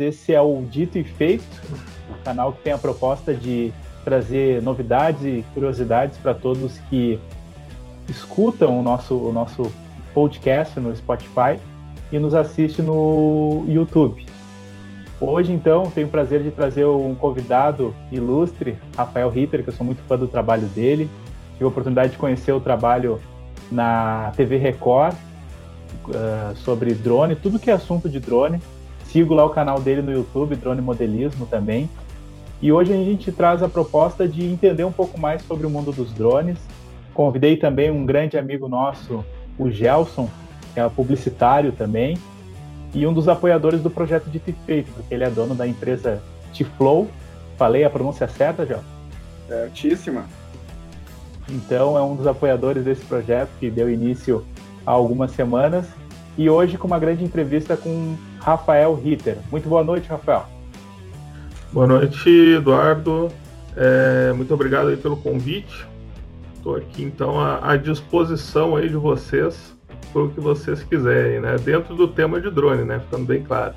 esse é o Dito e Feito, um canal que tem a proposta de trazer novidades e curiosidades para todos que escutam o nosso podcast no Spotify e nos assiste no YouTube. Hoje, então, tenho o prazer de trazer um convidado ilustre, Rafael Ritter, que eu sou muito fã do trabalho dele. Tive a oportunidade de conhecer o trabalho na TV Record, sobre drone, tudo que é assunto de drone. Sigo lá o canal dele no YouTube, Drone Modelismo também. E hoje a gente traz a proposta de entender um pouco mais sobre o mundo dos drones. Convidei também um grande amigo nosso, o Gelson, que é publicitário também, e um dos apoiadores do projeto Dito e Feito, porque ele é dono da empresa T-Flow. Falei a pronúncia certa, Gelson? Certíssima. Então, é um dos apoiadores desse projeto que deu início há algumas semanas. E hoje com uma grande entrevista com Rafael Ritter. Muito boa noite, Rafael. Boa noite, Eduardo. Muito obrigado aí pelo convite. Estou aqui, então, à disposição aí de vocês, para o que vocês quiserem, né? Dentro do tema de drone, né? Ficando bem claro.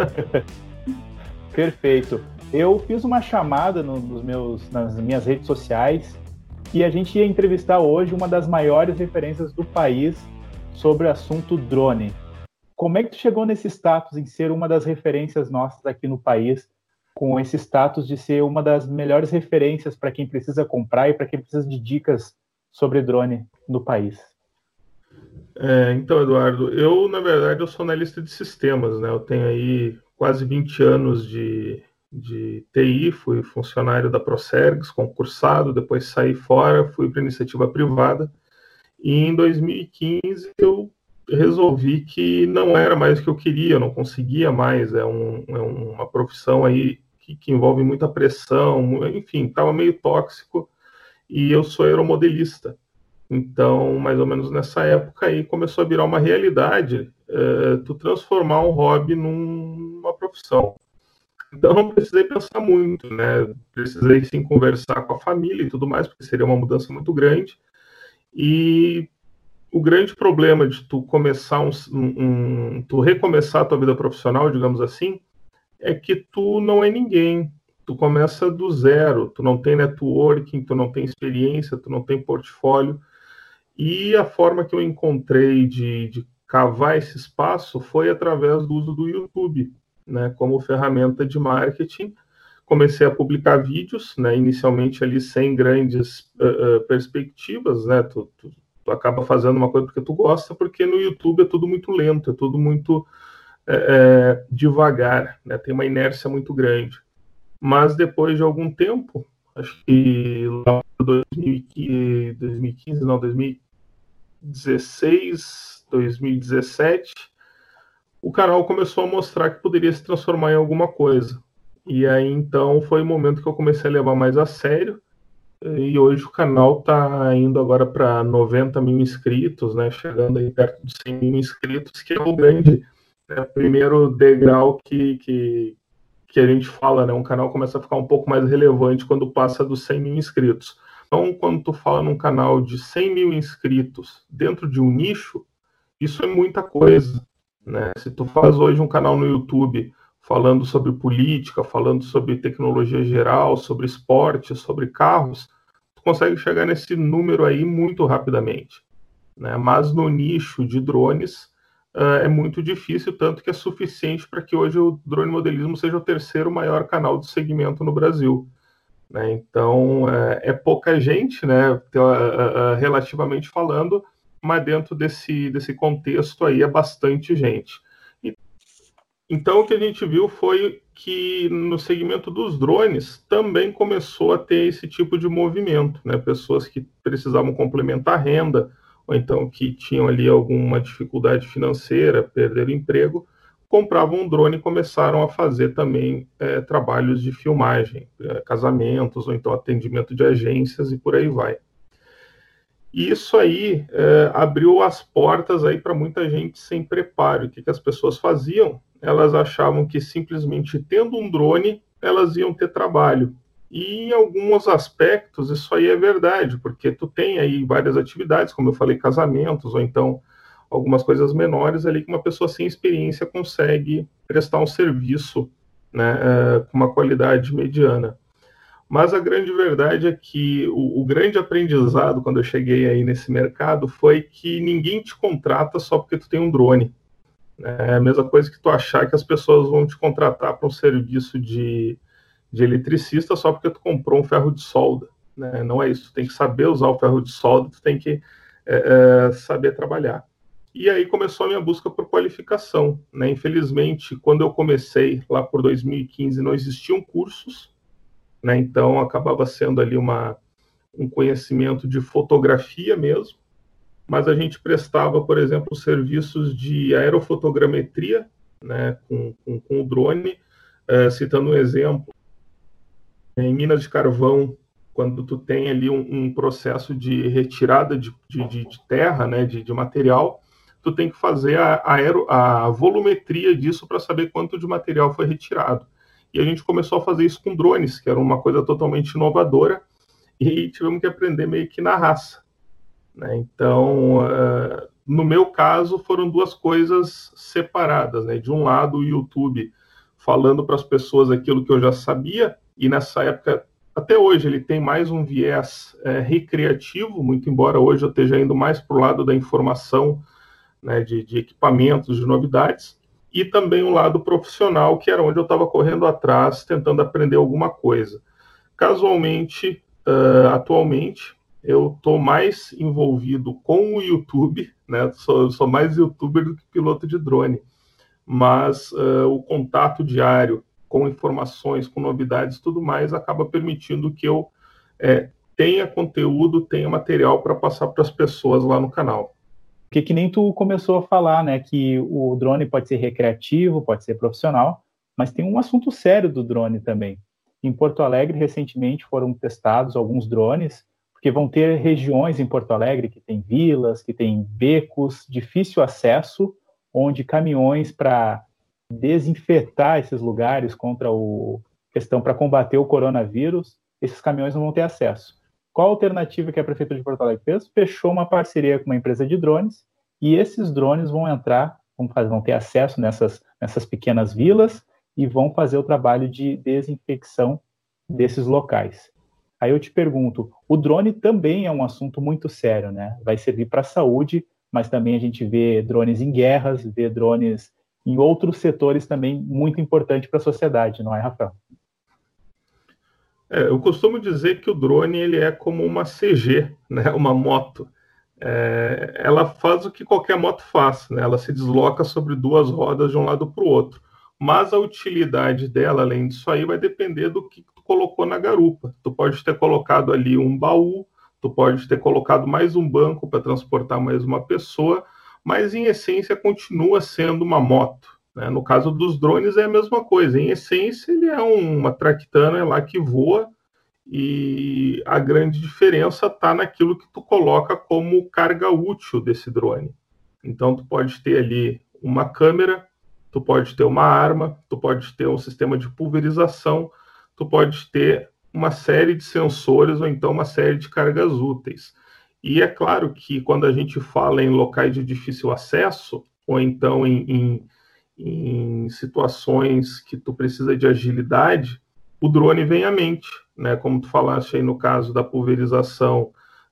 Perfeito. Eu fiz uma chamada nas minhas redes sociais e a gente ia entrevistar hoje uma das maiores referências do país sobre o assunto drone. Como é que tu chegou nesse status em ser uma das referências nossas aqui no país, com esse status de ser uma das melhores referências para quem precisa comprar e para quem precisa de dicas sobre drone no país? Então, Eduardo, na verdade, eu sou analista de sistemas, né? Eu tenho aí quase 20 anos de TI, fui funcionário da Procergs, concursado, depois saí fora, fui para iniciativa privada, e em 2015 eu resolvi que não era mais o que eu queria, eu não conseguia mais, é uma profissão aí que envolve muita pressão, enfim, estava meio tóxico, e eu sou aeromodelista. Então, mais ou menos nessa época aí, começou a virar uma realidade, tu transformar um hobby numa profissão. Então, não precisei pensar muito, né? Precisei, sim, conversar com a família e tudo mais, porque seria uma mudança muito grande. E o grande problema de tu começar tu recomeçar a tua vida profissional, digamos assim, é que tu não é ninguém. Tu começa do zero, tu não tem networking, tu não tem experiência, tu não tem portfólio. E a forma que eu encontrei de cavar esse espaço foi através do uso do YouTube, né, como ferramenta de marketing. Comecei a publicar vídeos, né, inicialmente ali sem grandes perspectivas, né, tu acaba fazendo uma coisa porque tu gosta, porque no YouTube é tudo muito lento, é tudo muito devagar, né, tem uma inércia muito grande. Mas depois de algum tempo, acho que lá em 2015, não, 2016, 2017, o canal começou a mostrar que poderia se transformar em alguma coisa. E aí, então, foi o momento que eu comecei a levar mais a sério. E hoje o canal está indo agora para 90 mil inscritos, né? Chegando aí perto de 100 mil inscritos, que é o grande, né, primeiro degrau que a gente fala, né? Um canal começa a ficar um pouco mais relevante quando passa dos 100 mil inscritos. Então, quando tu fala num canal de 100 mil inscritos dentro de um nicho, isso é muita coisa, né? Se tu faz hoje um canal no YouTube falando sobre política, falando sobre tecnologia geral, sobre esporte, sobre carros, tu consegue chegar nesse número aí muito rapidamente, né? Mas no nicho de drones é muito difícil, tanto que é suficiente para que hoje o drone modelismo seja o terceiro maior canal do segmento no Brasil, né? Então é pouca gente, né, relativamente falando, mas dentro desse contexto aí é bastante gente. Então, o que a gente viu foi que no segmento dos drones também começou a ter esse tipo de movimento, né? Pessoas que precisavam complementar a renda, ou então que tinham ali alguma dificuldade financeira, perderam emprego, compravam um drone e começaram a fazer também trabalhos de filmagem, casamentos, ou então atendimento de agências e por aí vai. E isso aí abriu as portas aí para muita gente sem preparo. O que as pessoas faziam? Elas achavam que simplesmente tendo um drone, elas iam ter trabalho. E em alguns aspectos isso aí é verdade, porque tu tem aí várias atividades, como eu falei, casamentos, ou então algumas coisas menores ali que uma pessoa sem experiência consegue prestar um serviço né, com uma qualidade mediana. Mas a grande verdade é que o grande aprendizado quando eu cheguei aí nesse mercado foi que ninguém te contrata só porque tu tem um drone. É a mesma coisa que tu achar que as pessoas vão te contratar para um serviço de eletricista só porque tu comprou um ferro de solda. Né? Não é isso. Tu tem que saber usar o ferro de solda, tu tem que saber trabalhar. E aí começou a minha busca por qualificação. Né? Infelizmente, quando eu comecei, lá por 2015, não existiam cursos, né? Então acabava sendo ali um conhecimento de fotografia mesmo, mas a gente prestava, por exemplo, serviços de aerofotogrametria, né, com o drone, citando um exemplo, em minas de carvão, quando tu tem ali um processo de retirada de terra, né, de material, tu tem que fazer a volumetria disso para saber quanto de material foi retirado. E a gente começou a fazer isso com drones, que era uma coisa totalmente inovadora, e tivemos que aprender meio que na raça. Né? Então, no meu caso, foram duas coisas separadas. Né? De um lado, o YouTube falando para as pessoas aquilo que eu já sabia, e nessa época, até hoje, ele tem mais um viés recreativo, muito embora hoje eu esteja indo mais para o lado da informação, né, de equipamentos, de novidades, e também um lado profissional, que era onde eu estava correndo atrás, tentando aprender alguma coisa. Casualmente, atualmente, eu estou mais envolvido com o YouTube, né? Sou mais youtuber do que piloto de drone, mas o contato diário com informações, com novidades, tudo mais, acaba permitindo que eu tenha conteúdo, tenha material para passar para as pessoas lá no canal. Porque que nem tu começou a falar, né, que o drone pode ser recreativo, pode ser profissional, mas tem um assunto sério do drone também. Em Porto Alegre, recentemente, foram testados alguns drones, porque vão ter regiões em Porto Alegre que tem vilas, que tem becos, difícil acesso, onde caminhões para desinfetar esses lugares contra questão para combater o coronavírus, esses caminhões não vão ter acesso. Qual a alternativa que a Prefeitura de Porto Alegre fez? Fechou uma parceria com uma empresa de drones e esses drones vão entrar, vão ter acesso nessas pequenas vilas e vão fazer o trabalho de desinfecção desses locais. Aí eu te pergunto, o drone também é um assunto muito sério, né? Vai servir para a saúde, mas também a gente vê drones em guerras, vê drones em outros setores também muito importantes para a sociedade, não é, Rafael? Eu costumo dizer que o drone ele é como uma CG, né? Uma moto. Ela faz o que qualquer moto faz, né? Ela se desloca sobre duas rodas de um lado para o outro. Mas a utilidade dela, além disso aí, vai depender do que tu colocou na garupa. Tu pode ter colocado ali um baú, tu pode ter colocado mais um banco para transportar mais uma pessoa, mas em essência continua sendo uma moto. Né? No caso dos drones é a mesma coisa. Em essência ele é uma traquitana lá que voa, e a grande diferença está naquilo que tu coloca como carga útil desse drone. Então tu pode ter ali uma câmera, tu pode ter uma arma, tu pode ter um sistema de pulverização, tu pode ter uma série de sensores ou então uma série de cargas úteis. E é claro que quando a gente fala em locais de difícil acesso, ou então em situações que tu precisa de agilidade, o drone vem à mente, né? Como tu falaste aí no caso da pulverização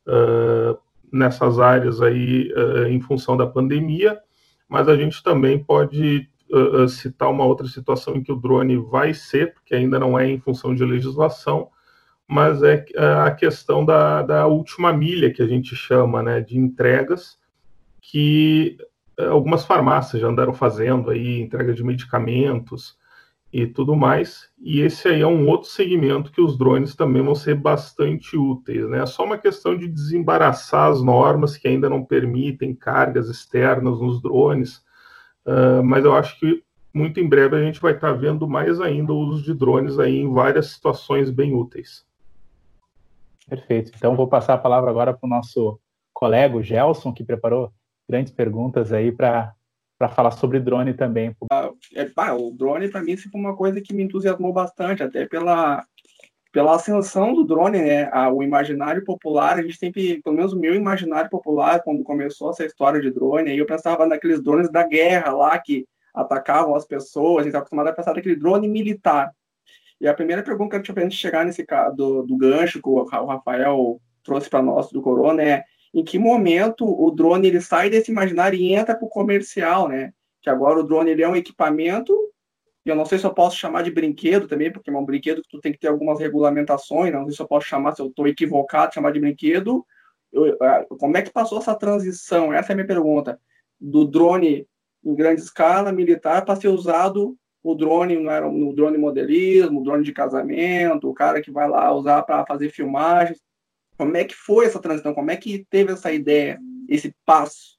nessas áreas aí em função da pandemia, mas a gente também pode citar uma outra situação em que o drone vai ser, porque ainda não é em função de legislação, mas é a questão da última milha, que a gente chama, né, de entregas, que algumas farmácias já andaram fazendo aí, entrega de medicamentos e tudo mais, e esse aí é um outro segmento que os drones também vão ser bastante úteis, né? É só uma questão de desembaraçar as normas que ainda não permitem cargas externas nos drones, mas eu acho que muito em breve a gente vai estar vendo mais ainda o uso de drones aí em várias situações bem úteis. Perfeito. Então vou passar a palavra agora para o nosso colega, o Gelson, que preparou grandes perguntas aí para falar sobre drone também. O drone, para mim, foi uma coisa que me entusiasmou bastante, até pela ascensão do drone, né? O imaginário popular, a gente sempre, pelo menos o meu imaginário popular, quando começou essa história de drone, aí eu pensava naqueles drones da guerra lá, que atacavam as pessoas, a gente está acostumado a pensar daquele drone militar. E a primeira pergunta que eu tinha para gente chegar nesse caso do gancho que o Rafael trouxe para nós do Corona é em que momento o drone ele sai desse imaginário e entra para o comercial, né? Que agora o drone ele é um equipamento, e eu não sei se eu posso chamar de brinquedo também, porque é um brinquedo que tu tem que ter algumas regulamentações, não sei se eu posso chamar, se eu estou equivocado, chamar de brinquedo. Como é que passou essa transição? Essa é a minha pergunta. Do drone em grande escala, militar, para ser usado o drone, não era no drone modelismo, o drone de casamento, o cara que vai lá usar para fazer filmagens. Como é que foi essa transição? Como é que teve essa ideia, esse passo?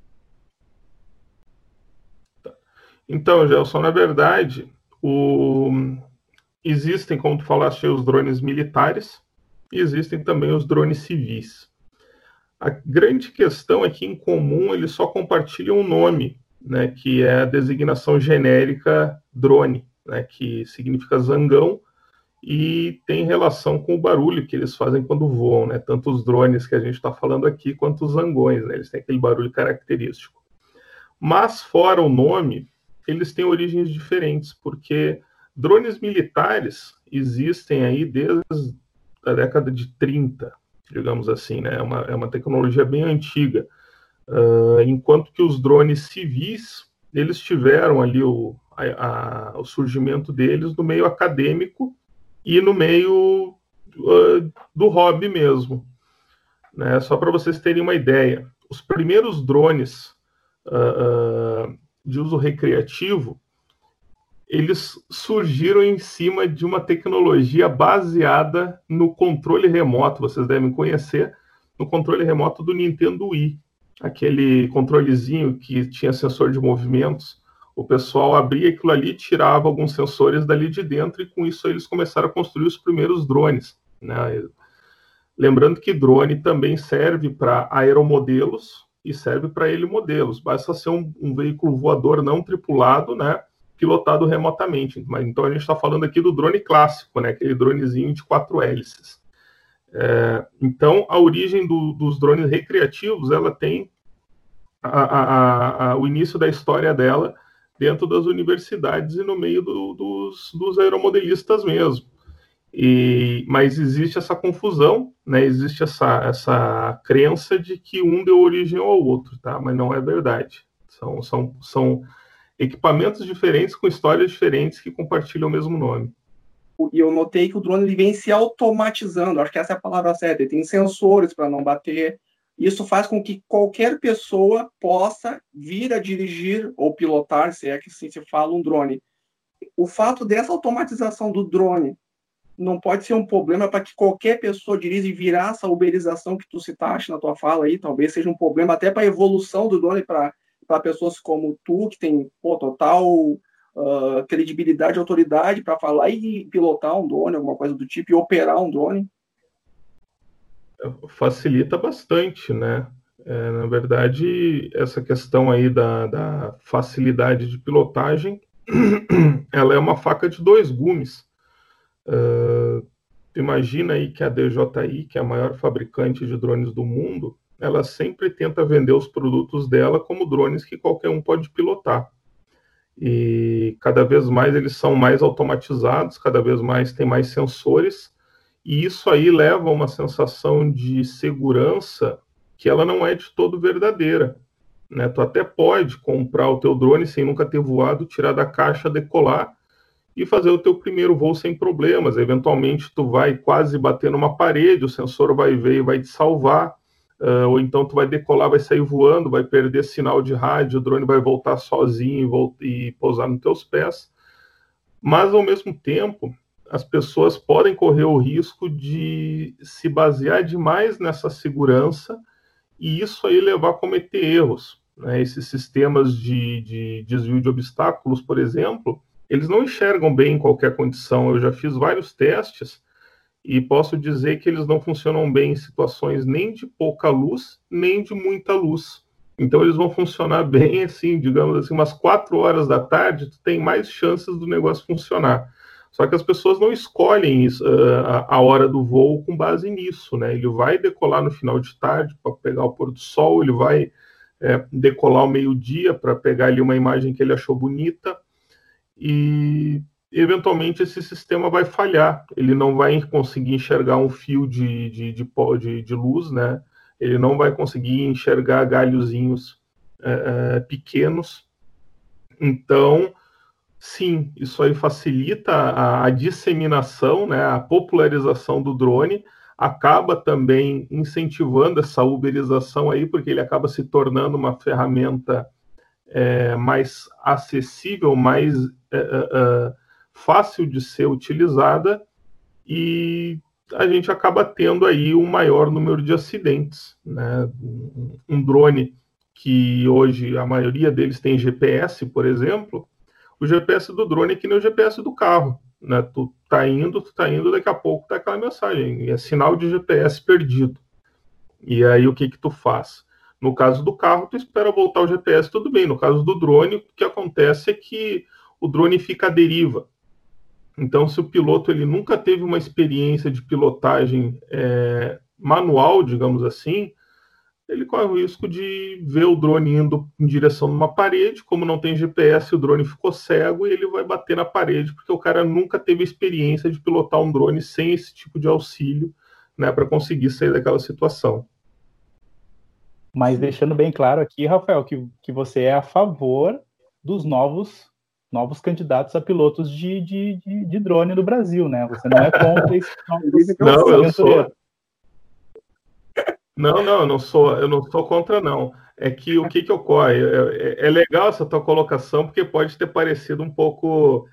Então, Gelson, na verdade, existem, como tu falaste, os drones militares e existem também os drones civis. A grande questão é que, em comum, eles só compartilham um nome, né, que é a designação genérica drone, né, que significa zangão, e tem relação com o barulho que eles fazem quando voam, né? Tanto os drones que a gente está falando aqui, quanto os zangões, né? Eles têm aquele barulho característico. Mas, fora o nome, eles têm origens diferentes, porque drones militares existem aí desde a década de 30, digamos assim, né? É uma tecnologia bem antiga. Enquanto que os drones civis, eles tiveram ali o surgimento deles no meio acadêmico e no meio do hobby mesmo, né? Só para vocês terem uma ideia, os primeiros drones de uso recreativo, eles surgiram em cima de uma tecnologia baseada no controle remoto, vocês devem conhecer, no controle remoto do Nintendo Wii, aquele controlezinho que tinha sensor de movimentos. O pessoal abria aquilo ali, tirava alguns sensores dali de dentro e com isso eles começaram a construir os primeiros drones, né? Lembrando que drone também serve para aeromodelos e serve para helimodelos. Basta ser um veículo voador não tripulado, né, pilotado remotamente. Então a gente está falando aqui do drone clássico, né, aquele dronezinho de 4 hélices. Então a origem dos drones recreativos, ela tem o início da história dela dentro das universidades e no meio dos aeromodelistas mesmo. Mas existe essa confusão, né? Existe essa crença de que um deu origem ao outro, tá? Mas não é verdade. São equipamentos diferentes com histórias diferentes que compartilham o mesmo nome. E eu notei que o drone ele vem se automatizando, acho que essa é a palavra certa, ele tem sensores para não bater. Isso faz com que qualquer pessoa possa vir a dirigir ou pilotar, se é que assim se fala, um drone. O fato dessa automatização do drone não pode ser um problema para que qualquer pessoa dirija e virar essa uberização que tu citaste na tua fala aí, talvez seja um problema até para a evolução do drone para pessoas como tu, que tem total credibilidade e autoridade para falar e pilotar um drone, alguma coisa do tipo, e operar um drone. Facilita bastante, né? Na verdade, essa questão aí da facilidade de pilotagem, ela é uma faca de 2 gumes. Imagina aí que a DJI, que é a maior fabricante de drones do mundo, ela sempre tenta vender os produtos dela como drones que qualquer um pode pilotar. E cada vez mais eles são mais automatizados, cada vez mais tem mais sensores, e isso aí leva a uma sensação de segurança que ela não é de todo verdadeira, né? Tu até pode comprar o teu drone sem nunca ter voado, tirar da caixa, decolar e fazer o teu primeiro voo sem problemas. Eventualmente tu vai quase bater numa parede, o sensor vai ver e vai te salvar, ou então tu vai decolar, vai sair voando, vai perder sinal de rádio, o drone vai voltar sozinho e pousar nos teus pés. Mas ao mesmo tempo, as pessoas podem correr o risco de se basear demais nessa segurança e isso aí levar a cometer erros, né? Esses sistemas de desvio de obstáculos, por exemplo, eles não enxergam bem em qualquer condição. Eu já fiz vários testes e posso dizer que eles não funcionam bem em situações nem de pouca luz, nem de muita luz. Então eles vão funcionar bem, assim, digamos assim, umas 4 horas da tarde, tu tem mais chances do negócio funcionar. Só que as pessoas não escolhem isso, a hora do voo com base nisso, né? Ele vai decolar no final de tarde para pegar o pôr do sol, ele vai decolar ao meio-dia para pegar ali uma imagem que ele achou bonita e eventualmente esse sistema vai falhar, ele não vai conseguir enxergar um fio de luz, né? Ele não vai conseguir enxergar galhozinhos pequenos. Então, sim, isso aí facilita a disseminação, né, a popularização do drone, acaba também incentivando essa uberização aí, porque ele acaba se tornando uma ferramenta mais acessível, mais fácil de ser utilizada, e a gente acaba tendo aí um maior número de acidentes, né? Um drone que hoje a maioria deles tem GPS, por exemplo, o GPS do drone é que nem o GPS do carro, né? Tu tá indo, daqui a pouco tá aquela mensagem, é sinal de GPS perdido. E aí o que tu faz? No caso do carro, tu espera voltar o GPS, tudo bem. No caso do drone, o que acontece é que o drone fica à deriva. Então, se o piloto ele nunca teve uma experiência de pilotagem manual, digamos assim, ele corre o risco de ver o drone indo em direção numa parede. Como não tem GPS, o drone ficou cego e ele vai bater na parede, porque o cara nunca teve experiência de pilotar um drone sem esse tipo de auxílio, né, para conseguir sair daquela situação. Mas deixando bem claro aqui, Rafael, que você é a favor dos novos candidatos a pilotos de drone no Brasil, né? Você não é contra esse não, eu sou. Não, eu não sou contra, não. É que o que ocorre? É legal essa tua colocação, porque pode ter parecido um pouco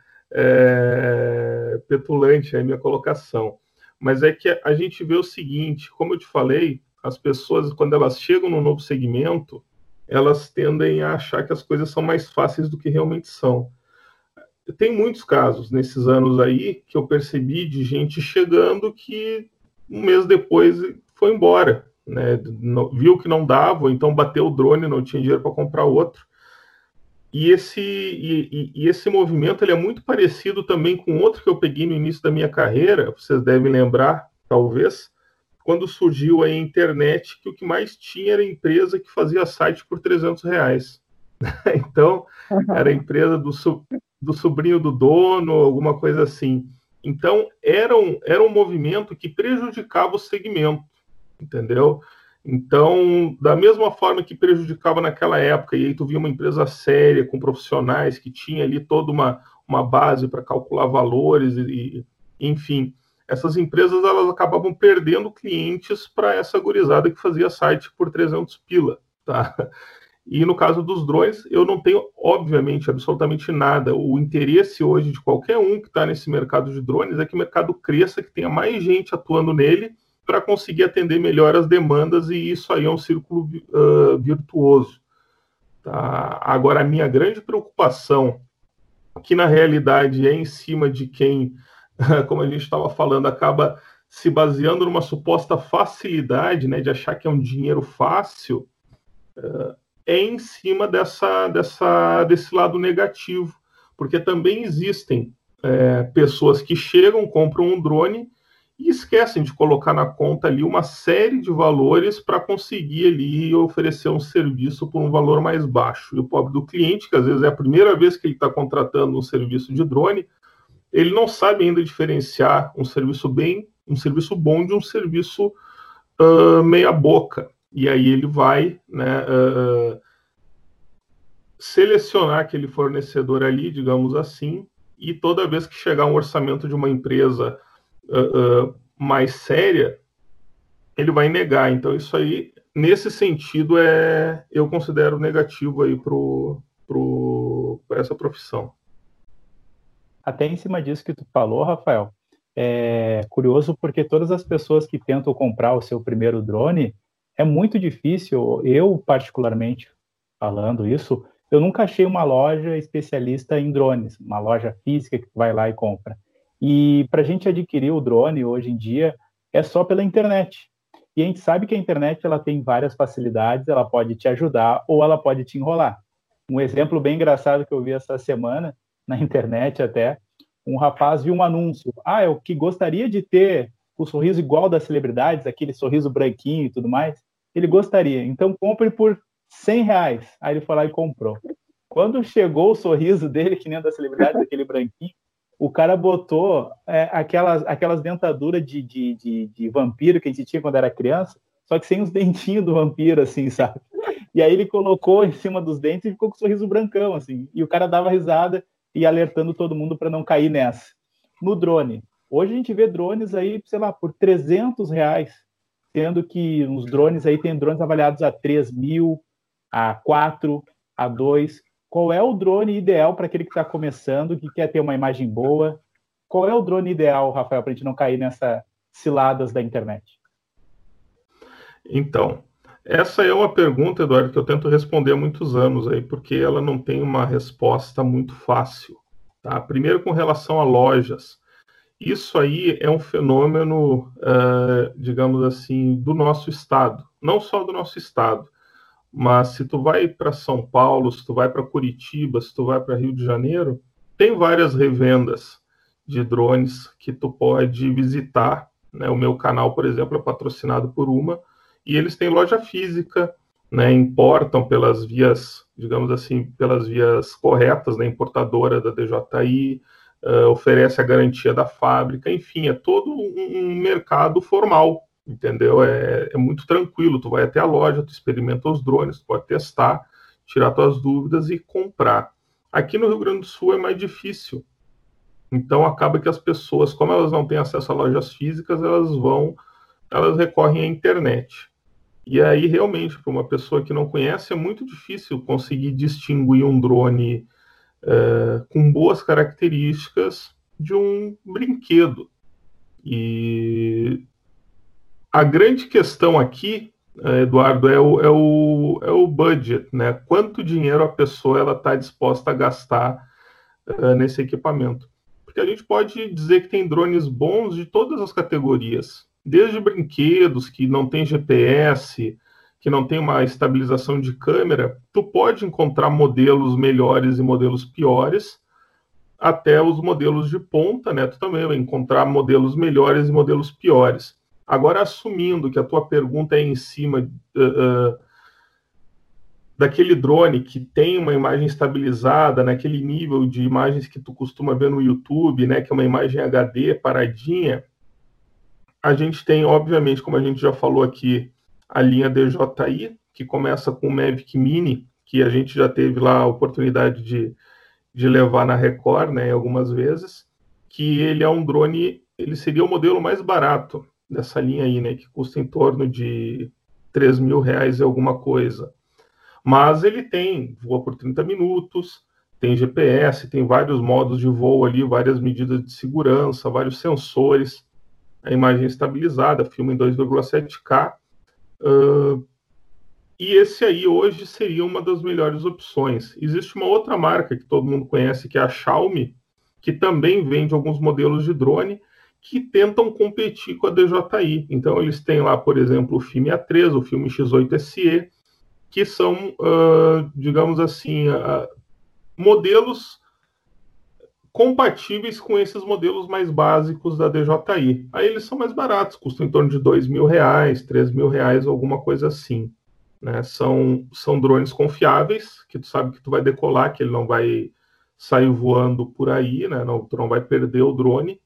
petulante a minha colocação. Mas é que a gente vê o seguinte, como eu te falei, as pessoas, quando elas chegam num novo segmento, elas tendem a achar que as coisas são mais fáceis do que realmente são. Tem muitos casos nesses anos aí que eu percebi de gente chegando que um mês depois foi embora, né? Viu que não dava, ou então bateu o drone, não tinha dinheiro para comprar outro. E esse movimento ele é muito parecido também com outro que eu peguei no início da minha carreira, vocês devem lembrar, talvez, quando surgiu a internet, que o que mais tinha era empresa que fazia site por R$300. Então, era a empresa do sobrinho do dono, alguma coisa assim. Então, era um movimento que prejudicava o segmento, entendeu? Então, da mesma forma que prejudicava naquela época, e aí tu via uma empresa séria, com profissionais, que tinha ali toda uma base para calcular valores, enfim, essas empresas elas acabavam perdendo clientes para essa gurizada que fazia site por 300 pila, tá? E no caso dos drones, eu não tenho, obviamente, absolutamente nada. O interesse hoje de qualquer um que está nesse mercado de drones é que o mercado cresça, que tenha mais gente atuando nele para conseguir atender melhor as demandas, e isso aí é um círculo virtuoso. Tá? Agora, a minha grande preocupação, que na realidade é em cima de quem, como a gente estava falando, acaba se baseando numa suposta facilidade, né, de achar que é um dinheiro fácil, é em cima desse lado negativo, porque também existem pessoas que chegam, compram um drone e esquecem de colocar na conta ali uma série de valores para conseguir ali oferecer um serviço por um valor mais baixo. E o pobre do cliente, que às vezes é a primeira vez que ele está contratando um serviço de drone, ele não sabe ainda diferenciar um serviço bom de um serviço meia boca. E aí ele vai, né, selecionar aquele fornecedor ali, digamos assim, e toda vez que chegar um orçamento de uma empresa mais séria, ele vai negar. Então isso aí, nesse sentido, eu considero negativo aí para essa profissão. Até em cima disso que tu falou, Rafael, é curioso porque todas as pessoas que tentam comprar o seu primeiro drone, é muito difícil. Eu, particularmente, falando isso, eu nunca achei uma loja especialista em drones, uma loja física que tu vai lá e compra. E para a gente adquirir o drone hoje em dia é só pela internet. E a gente sabe que a internet ela tem várias facilidades, ela pode te ajudar ou ela pode te enrolar. Um exemplo bem engraçado que eu vi essa semana na internet até, um rapaz viu um anúncio. Eu que gostaria de ter o sorriso igual das celebridades, aquele sorriso branquinho e tudo mais. Ele gostaria. Então compre por R$100. Aí ele foi lá e comprou. Quando chegou o sorriso dele, que nem da celebridade, daquele branquinho, o cara botou aquelas dentaduras de vampiro que a gente tinha quando era criança, só que sem os dentinhos do vampiro, assim, sabe? E aí ele colocou em cima dos dentes e ficou com o sorriso brancão, assim. E o cara dava risada e alertando todo mundo para não cair nessa. No drone. Hoje a gente vê drones aí, sei lá, por R$300, sendo que os drones aí tem drones avaliados a 3 mil, a 4, a 2. Qual é o drone ideal para aquele que está começando, que quer ter uma imagem boa? Qual é o drone ideal, Rafael, para a gente não cair nessas ciladas da internet? Então, essa é uma pergunta, Eduardo, que eu tento responder há muitos anos aí, porque ela não tem uma resposta muito fácil. Tá? Primeiro, com relação a lojas. Isso aí é um fenômeno, digamos assim, do nosso estado. Não só do nosso estado, mas se tu vai para São Paulo, se tu vai para Curitiba, se tu vai para Rio de Janeiro, tem várias revendas de drones que tu pode visitar. Né? O meu canal, por exemplo, é patrocinado por uma, e eles têm loja física, né? Importam pelas vias, digamos assim, pelas vias corretas, da importadora da DJI, oferece a garantia da fábrica, enfim, é todo um mercado formal, entendeu? É muito tranquilo, tu vai até a loja, tu experimenta os drones, tu pode testar, tirar tuas dúvidas e comprar. Aqui no Rio Grande do Sul é mais difícil, então acaba que as pessoas, como elas não têm acesso a lojas físicas, elas recorrem à internet. E aí, realmente, para uma pessoa que não conhece, é muito difícil conseguir distinguir um drone com boas características de um brinquedo. E a grande questão aqui, Eduardo, é o budget, né? Quanto dinheiro a pessoa está disposta a gastar nesse equipamento. Porque a gente pode dizer que tem drones bons de todas as categorias, desde brinquedos que não tem GPS, que não tem uma estabilização de câmera, tu pode encontrar modelos melhores e modelos piores, até os modelos de ponta, né? Tu também vai encontrar modelos melhores e modelos piores. Agora, assumindo que a tua pergunta é em cima daquele drone que tem uma imagem estabilizada, naquele nível de imagens que tu costuma ver no YouTube, né? Que é uma imagem HD paradinha, a gente tem, obviamente, como a gente já falou aqui, a linha DJI, que começa com o Mavic Mini, que a gente já teve lá a oportunidade de levar na Record, né, algumas vezes, que ele é um drone, ele seria o modelo mais barato dessa linha aí, né, que custa em torno de R$3.000 e alguma coisa. Mas ele voa por 30 minutos, tem GPS, tem vários modos de voo ali, várias medidas de segurança, vários sensores, a imagem estabilizada, filma em 2,7K, e esse aí hoje seria uma das melhores opções. Existe uma outra marca que todo mundo conhece, que é a Xiaomi, que também vende alguns modelos de drone que tentam competir com a DJI. Então eles têm lá, por exemplo, o Filme A3, o Filme X8 SE, que são, digamos assim, modelos compatíveis com esses modelos mais básicos da DJI. Aí eles são mais baratos, custam em torno de R$2.000, R$3.000, alguma coisa assim. Né? São drones confiáveis, que tu sabe que tu vai decolar, que ele não vai sair voando por aí, né? Tu não vai perder o drone.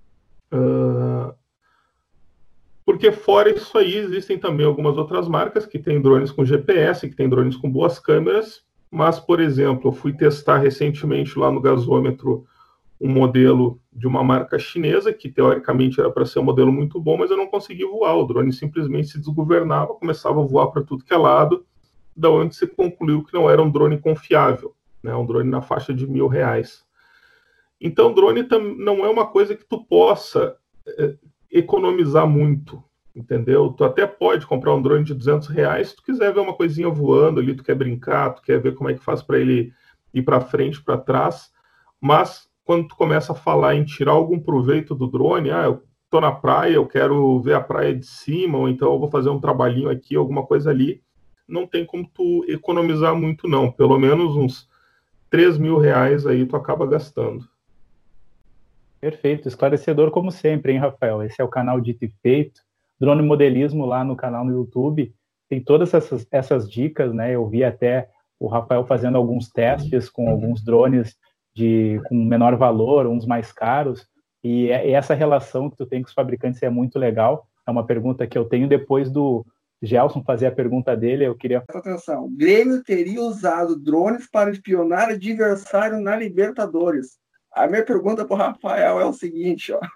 Porque fora isso aí, existem também algumas outras marcas que têm drones com GPS, que têm drones com boas câmeras, mas, por exemplo, eu fui testar recentemente lá no gasômetro um modelo de uma marca chinesa, que teoricamente era para ser um modelo muito bom, mas eu não consegui voar. O drone simplesmente se desgovernava, começava a voar para tudo que é lado, da onde se concluiu que não era um drone confiável, né? Um drone na faixa de R$1.000. Então, drone não é uma coisa que tu possa economizar muito, entendeu? Tu até pode comprar um drone de R$200 se tu quiser ver uma coisinha voando ali, tu quer brincar, tu quer ver como é que faz para ele ir para frente, para trás, mas quando tu começa a falar em tirar algum proveito do drone, eu tô na praia, eu quero ver a praia de cima, ou então eu vou fazer um trabalhinho aqui, alguma coisa ali, não tem como tu economizar muito não, pelo menos uns R$3.000 aí tu acaba gastando. Perfeito, esclarecedor como sempre, hein, Rafael? Esse é o canal Dito e Feito, Drone Modelismo lá no canal no YouTube. tem todas essas dicas, né? Eu vi até o Rafael fazendo alguns testes com alguns drones com menor valor, uns mais caros, e essa relação que tu tem com os fabricantes é muito legal. É uma pergunta que eu tenho depois do Gelson fazer a pergunta dele, eu queria... Atenção, o Grêmio teria usado drones para espionar adversário na Libertadores. A minha pergunta para o Rafael é o seguinte, ó.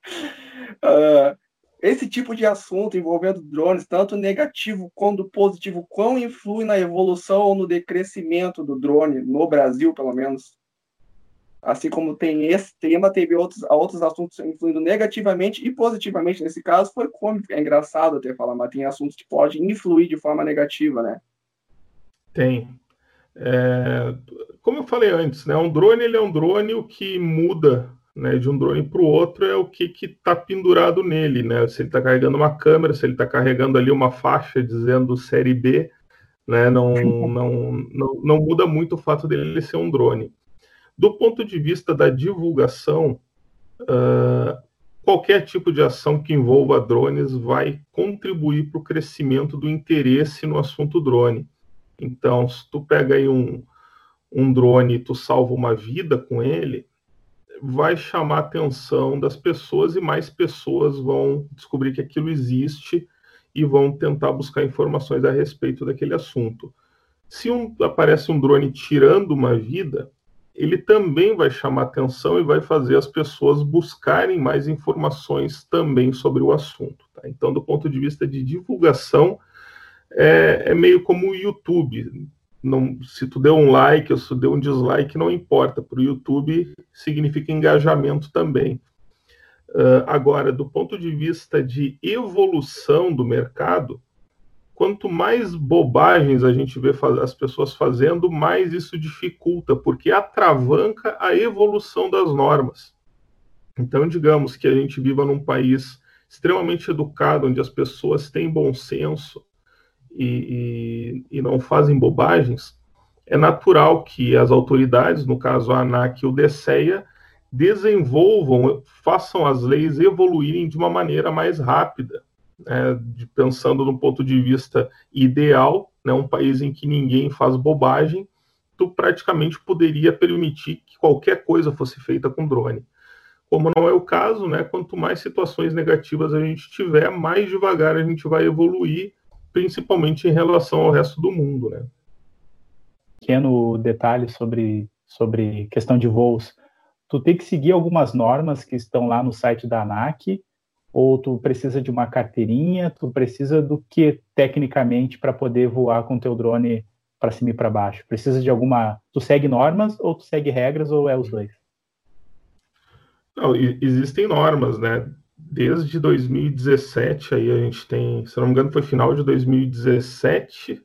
Esse tipo de assunto envolvendo drones, tanto negativo quanto positivo, quão influi na evolução ou no decrescimento do drone, no Brasil, pelo menos? Assim como tem esse tema, teve outros assuntos influindo negativamente e positivamente. Nesse caso, foi cômico, é engraçado até falar, mas tem assuntos que podem influir de forma negativa, né? Tem. Como eu falei antes, né, um drone ele é um drone, o que muda, né, de um drone para o outro é o que está pendurado nele, né? Se ele está carregando uma câmera, se ele está carregando ali uma faixa dizendo série B, né, não muda muito o fato dele ser um drone. Do ponto de vista da divulgação, qualquer tipo de ação que envolva drones vai contribuir para o crescimento do interesse no assunto drone. Então, se tu pega aí um drone e tu salva uma vida com ele, vai chamar a atenção das pessoas e mais pessoas vão descobrir que aquilo existe e vão tentar buscar informações a respeito daquele assunto. Se aparece um drone tirando uma vida, ele também vai chamar atenção e vai fazer as pessoas buscarem mais informações também sobre o assunto. Tá? Então, do ponto de vista de divulgação, é meio como o YouTube. Se tu deu um like ou se tu deu um dislike, não importa. Para o YouTube, significa engajamento também. Agora, do ponto de vista de evolução do mercado, quanto mais bobagens a gente vê as pessoas fazendo, mais isso dificulta, porque atravanca a evolução das normas. Então, digamos que a gente viva num país extremamente educado, onde as pessoas têm bom senso e não fazem bobagens, é natural que as autoridades, no caso a ANAC e o DSEA, façam as leis evoluírem de uma maneira mais rápida. Pensando no ponto de vista ideal, né, um país em que ninguém faz bobagem, tu praticamente poderia permitir que qualquer coisa fosse feita com drone. Como não é o caso, né, quanto mais situações negativas a gente tiver, mais devagar a gente vai evoluir, principalmente em relação ao resto do mundo, né? Pequeno detalhe sobre questão de voos. Tu tem que seguir algumas normas que estão lá no site da ANAC, ou tu precisa de uma carteirinha, tu precisa do que tecnicamente para poder voar com teu drone para cima e para baixo? Precisa de alguma... Tu segue normas ou tu segue regras ou é os dois? Não, existem normas, né? Desde 2017, aí a gente tem, se não me engano, foi final de 2017,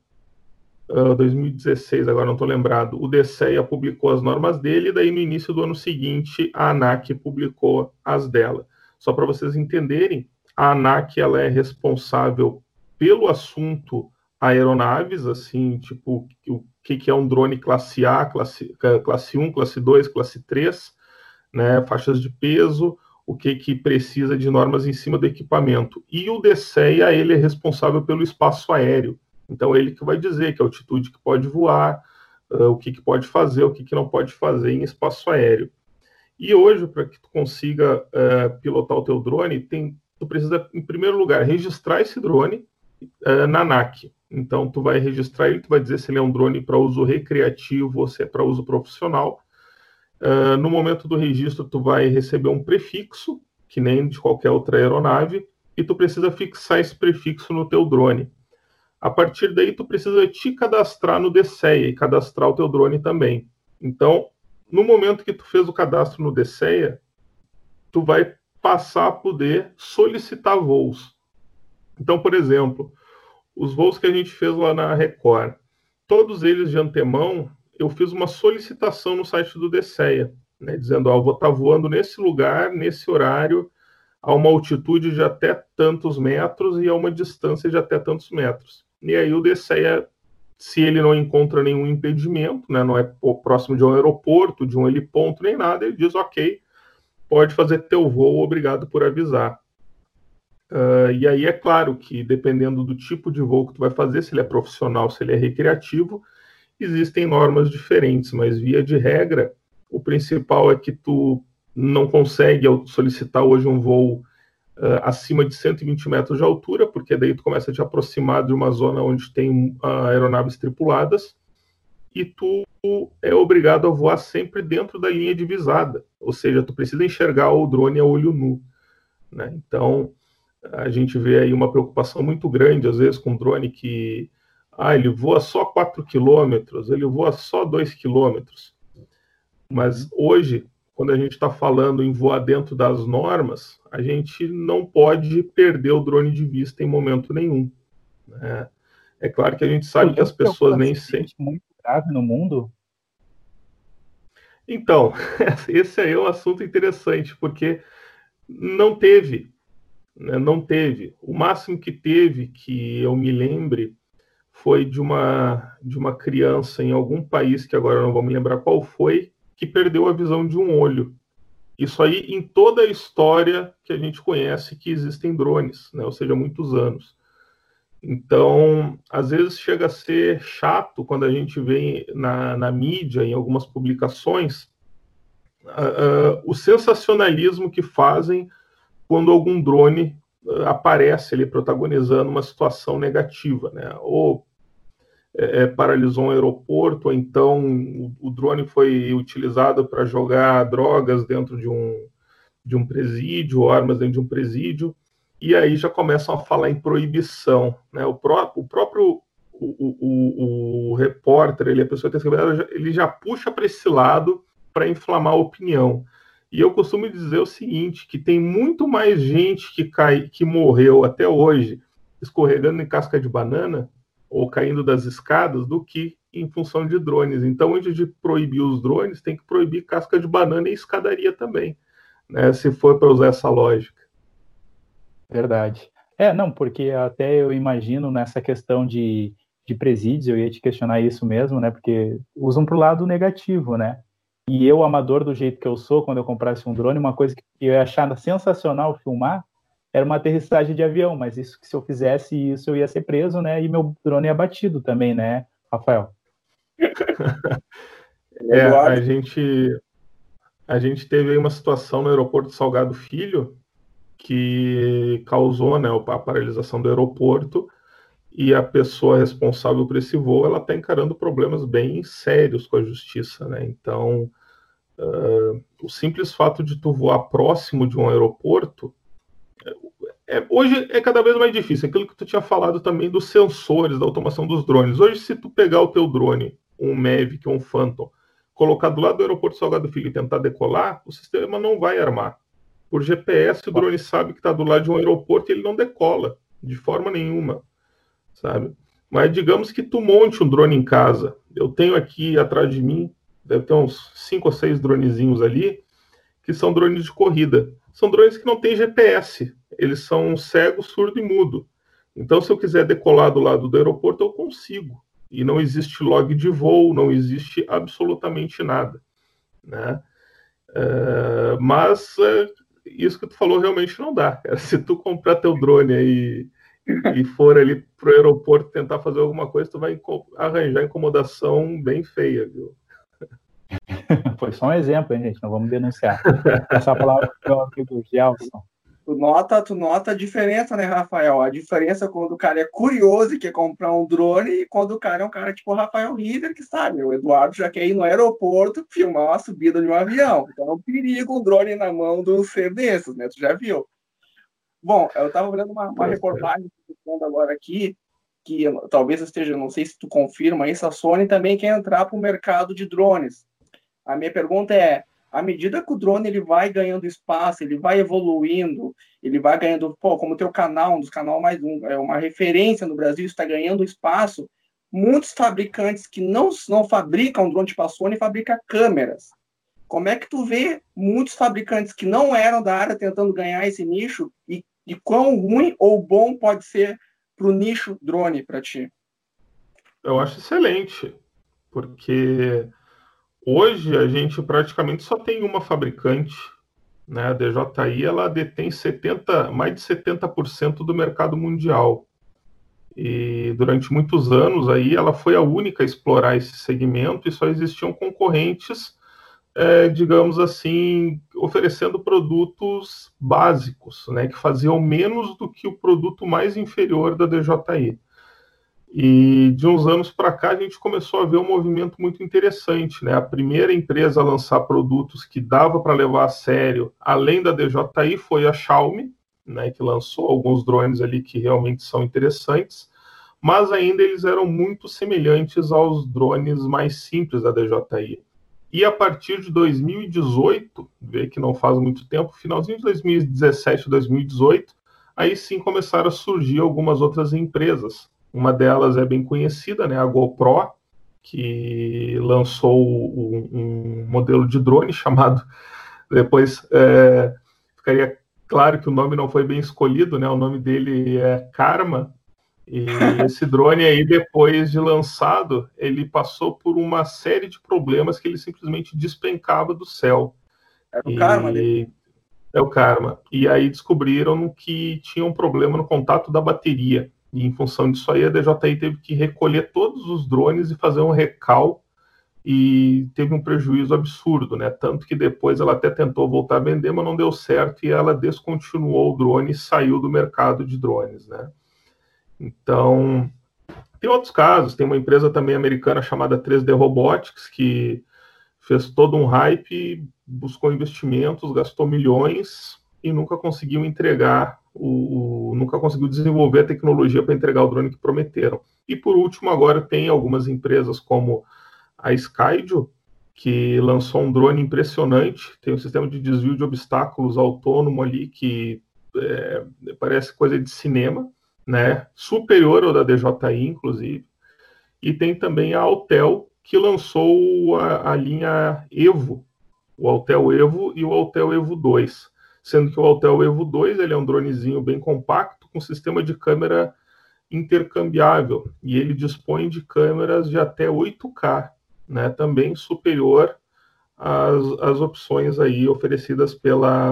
2016, agora não estou lembrado, o DSEA publicou as normas dele, e daí no início do ano seguinte a ANAC publicou as dela. Só para vocês entenderem, a ANAC ela é responsável pelo assunto aeronaves, assim, tipo, o que é um drone classe A, classe 1, classe 2, classe 3, né, faixas de peso, o que precisa de normas em cima do equipamento. E o DSEA, ele é responsável pelo espaço aéreo. Então, ele que vai dizer que altitude que pode voar, o que pode fazer, o que não pode fazer em espaço aéreo. E hoje, para que tu consiga pilotar o teu drone, tu precisa, em primeiro lugar, registrar esse drone na ANAC. Então, tu vai registrar ele, tu vai dizer se ele é um drone para uso recreativo ou se é para uso profissional. No momento do registro, tu vai receber um prefixo, que nem de qualquer outra aeronave, e tu precisa fixar esse prefixo no teu drone. A partir daí, tu precisa te cadastrar no DSEA e cadastrar o teu drone também. Então, no momento que tu fez o cadastro no DSEA, tu vai passar a poder solicitar voos. Então, por exemplo, os voos que a gente fez lá na Record, todos eles de antemão, eu fiz uma solicitação no site do DSEA, né, dizendo, eu vou estar voando nesse lugar, nesse horário, a uma altitude de até tantos metros e a uma distância de até tantos metros. E aí o DSEA, se ele não encontra nenhum impedimento, né, não é próximo de um aeroporto, de um heliponto, nem nada, ele diz, ok, pode fazer teu voo, obrigado por avisar. E aí é claro que, dependendo do tipo de voo que tu vai fazer, se ele é profissional, se ele é recreativo, existem normas diferentes, mas via de regra, o principal é que tu não consegue solicitar hoje um voo acima de 120 metros de altura, porque daí tu começa a te aproximar de uma zona onde tem aeronaves tripuladas, e tu é obrigado a voar sempre dentro da linha divisada, ou seja, tu precisa enxergar o drone a olho nu, né? Então, a gente vê aí uma preocupação muito grande, às vezes, com um drone que ele voa só 4 quilômetros, ele voa só 2 quilômetros. Mas hoje, quando a gente está falando em voar dentro das normas, a gente não pode perder o drone de vista em momento nenhum, né? É claro que a gente sabe que as pessoas nem sempre... muito grave no mundo? Então, esse aí é um assunto interessante, porque não teve, né? Não teve. O máximo que teve, que eu me lembre, foi de uma criança em algum país, que agora eu não vou me lembrar qual foi, que perdeu a visão de um olho. Isso aí em toda a história que a gente conhece que existem drones, né? Ou seja, há muitos anos. Então, às vezes chega a ser chato quando a gente vê na mídia, em algumas publicações, o sensacionalismo que fazem quando algum drone aparece ali protagonizando uma situação negativa, né? Ou paralisou um aeroporto, ou então o drone foi utilizado para jogar drogas dentro de um presídio, ou armas dentro de um presídio, e aí já começam a falar em proibição, né? O próprio o repórter, a pessoa que está escrevendo, ele já puxa para esse lado para inflamar a opinião. E eu costumo dizer o seguinte, que tem muito mais gente que morreu até hoje escorregando em casca de banana ou caindo das escadas do que em função de drones. Então, antes de proibir os drones, tem que proibir casca de banana e escadaria também, né, se for para usar essa lógica. Verdade. Não, porque até eu imagino nessa questão de presídios, eu ia te questionar isso mesmo, né? Porque usam para o lado negativo, né? E eu, amador do jeito que eu sou, quando eu comprasse um drone, uma coisa que eu ia achar sensacional filmar era uma aterrissagem de avião, mas isso que se eu fizesse isso eu ia ser preso, né? E meu drone ia batido também, né, Rafael? A gente teve aí uma situação no aeroporto Salgado Filho que causou, né, a paralisação do aeroporto, e a pessoa responsável por esse voo, ela está encarando problemas bem sérios com a justiça, né? Então, o simples fato de tu voar próximo de um aeroporto, hoje é cada vez mais difícil. Aquilo que tu tinha falado também dos sensores, da automação dos drones. Hoje, se tu pegar o teu drone, um Mavic ou um Phantom, colocar do lado do aeroporto Salgado Filho e tentar decolar, o sistema não vai armar. Por GPS, o drone sabe que está do lado de um aeroporto e ele não decola, de forma nenhuma, sabe? Mas digamos que tu monte um drone em casa. Eu tenho aqui atrás de mim, deve ter uns 5 ou 6 dronezinhos ali, que são drones de corrida. São drones que não têm GPS. Eles são cego, surdo e mudo. Então, se eu quiser decolar do lado do aeroporto, eu consigo. E não existe log de voo, não existe absolutamente nada, né? Mas isso que tu falou realmente não dá, cara. Se tu comprar teu drone aí e for ali pro aeroporto tentar fazer alguma coisa, tu vai arranjar incomodação bem feia, viu? Foi só um exemplo, hein, gente? Não vamos denunciar. Passar a palavra para o meu amigo Gelson. Tu nota a diferença, né, Rafael? A diferença quando o cara é curioso e quer comprar um drone e quando o cara é um cara tipo o Rafael Rieder, que sabe, o Eduardo já quer ir no aeroporto filmar uma subida de um avião. Então é um perigo um drone na mão de um ser desses, né? Tu já viu? Bom, eu estava vendo uma reportagem agora aqui, que talvez esteja, não sei se tu confirma isso, a Sony também quer entrar para o mercado de drones. A minha pergunta é, à medida que o drone ele vai ganhando espaço, ele vai evoluindo, ele vai ganhando, como o teu canal, um dos canais mais é uma referência no Brasil, está ganhando espaço, muitos fabricantes que não fabricam drone tipo a Sony, fabricam câmeras. Como é que tu vê muitos fabricantes que não eram da área tentando ganhar esse nicho e quão ruim ou bom pode ser para o nicho drone para ti? Eu acho excelente, porque hoje a gente praticamente só tem uma fabricante né? A DJI ela detém mais de 70% do mercado mundial. E durante muitos anos aí ela foi a única a explorar esse segmento e só existiam concorrentes, digamos assim, oferecendo produtos básicos, né, que faziam menos do que o produto mais inferior da DJI. E de uns anos para cá a gente começou a ver um movimento muito interessante, né? A primeira empresa a lançar produtos que dava para levar a sério, além da DJI, foi a Xiaomi, né, que lançou alguns drones ali que realmente são interessantes, mas ainda eles eram muito semelhantes aos drones mais simples da DJI. E a partir de 2018, vê que não faz muito tempo, finalzinho de 2017, 2018, aí sim começaram a surgir algumas outras empresas. Uma delas é bem conhecida, né, a GoPro, que lançou um modelo de drone chamado, depois ficaria claro que o nome não foi bem escolhido, né, o nome dele é Karma, e esse drone aí, depois de lançado, ele passou por uma série de problemas que ele simplesmente despencava do céu. É o Karma dele. É o Karma. E aí descobriram que tinha um problema no contato da bateria. E em função disso aí, a DJI teve que recolher todos os drones e fazer um recal, e teve um prejuízo absurdo, né? Tanto que depois ela até tentou voltar a vender, mas não deu certo, e ela descontinuou o drone e saiu do mercado de drones, né? Então, tem outros casos. Tem uma empresa também americana chamada 3D Robotics, que fez todo um hype, buscou investimentos, gastou milhões e nunca conseguiu entregar, nunca conseguiu desenvolver a tecnologia para entregar o drone que prometeram. E por último, agora tem algumas empresas como a Skydio, que lançou um drone impressionante, tem um sistema de desvio de obstáculos autônomo ali que parece coisa de cinema, né? Superior ao da DJI, inclusive. E tem também a Autel, que lançou a linha Evo, o Autel Evo e o Autel Evo 2, sendo que o Autel Evo 2 ele é um dronezinho bem compacto com sistema de câmera intercambiável, e ele dispõe de câmeras de até 8K, né, também superior às opções aí oferecidas pela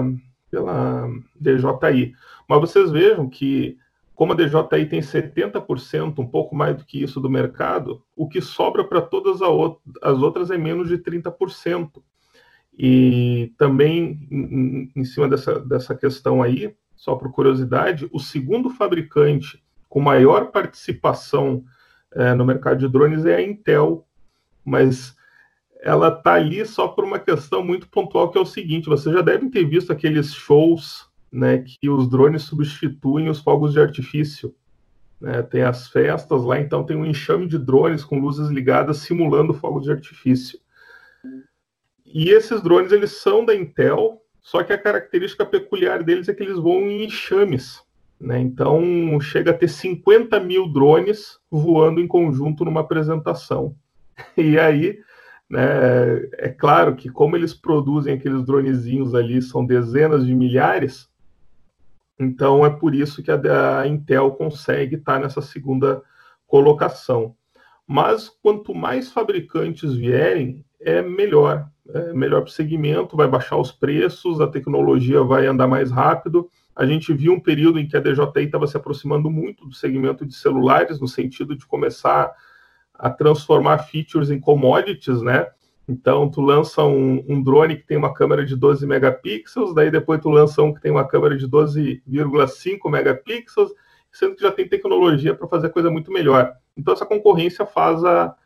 DJI. Mas vocês vejam que, como a DJI tem 70%, um pouco mais do que isso do mercado, o que sobra para todas as outras é menos de 30%. E também, em cima dessa questão aí, só por curiosidade, o segundo fabricante com maior participação no mercado de drones é a Intel, mas ela está ali só por uma questão muito pontual, que é o seguinte: vocês já devem ter visto aqueles shows, né, que os drones substituem os fogos de artifício, né? Tem as festas lá, então tem um enxame de drones com luzes ligadas simulando fogos de artifício. E esses drones, eles são da Intel, só que a característica peculiar deles é que eles voam em enxames, né? Então chega a ter 50 mil drones voando em conjunto numa apresentação. E aí, né, é claro que como eles produzem aqueles dronezinhos ali, são dezenas de milhares, então é por isso que a Intel consegue estar nessa segunda colocação. Mas quanto mais fabricantes vierem, é melhor. É melhor para o segmento, vai baixar os preços, a tecnologia vai andar mais rápido. A gente viu um período em que a DJI estava se aproximando muito do segmento de celulares, no sentido de começar a transformar features em commodities, né? Então, tu lança um drone que tem uma câmera de 12 megapixels, daí depois tu lança um que tem uma câmera de 12,5 megapixels, sendo que já tem tecnologia para fazer coisa muito melhor. Então, essa concorrência faz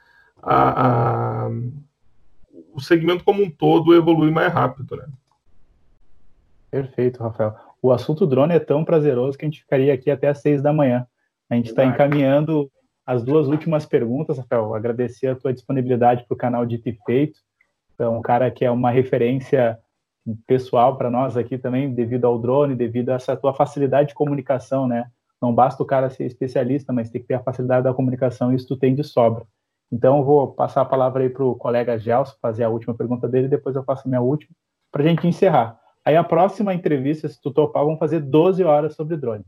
o segmento como um todo evolui mais rápido, né? Perfeito, Rafael. O assunto drone é tão prazeroso que a gente ficaria aqui até às 6 da manhã. A gente está encaminhando as duas últimas perguntas, Rafael. Agradecer a tua disponibilidade para o canal Dito e Feito. Então, um cara que é uma referência pessoal para nós aqui também, devido ao drone, devido a essa tua facilidade de comunicação, né? Não basta o cara ser especialista, mas tem que ter a facilidade da comunicação, e isso tu tem de sobra. Então, eu vou passar a palavra aí para o colega Gelson, fazer a última pergunta dele, depois eu faço a minha última, para a gente encerrar. Aí a próxima entrevista, se tu topar, vamos fazer 12 horas sobre drone.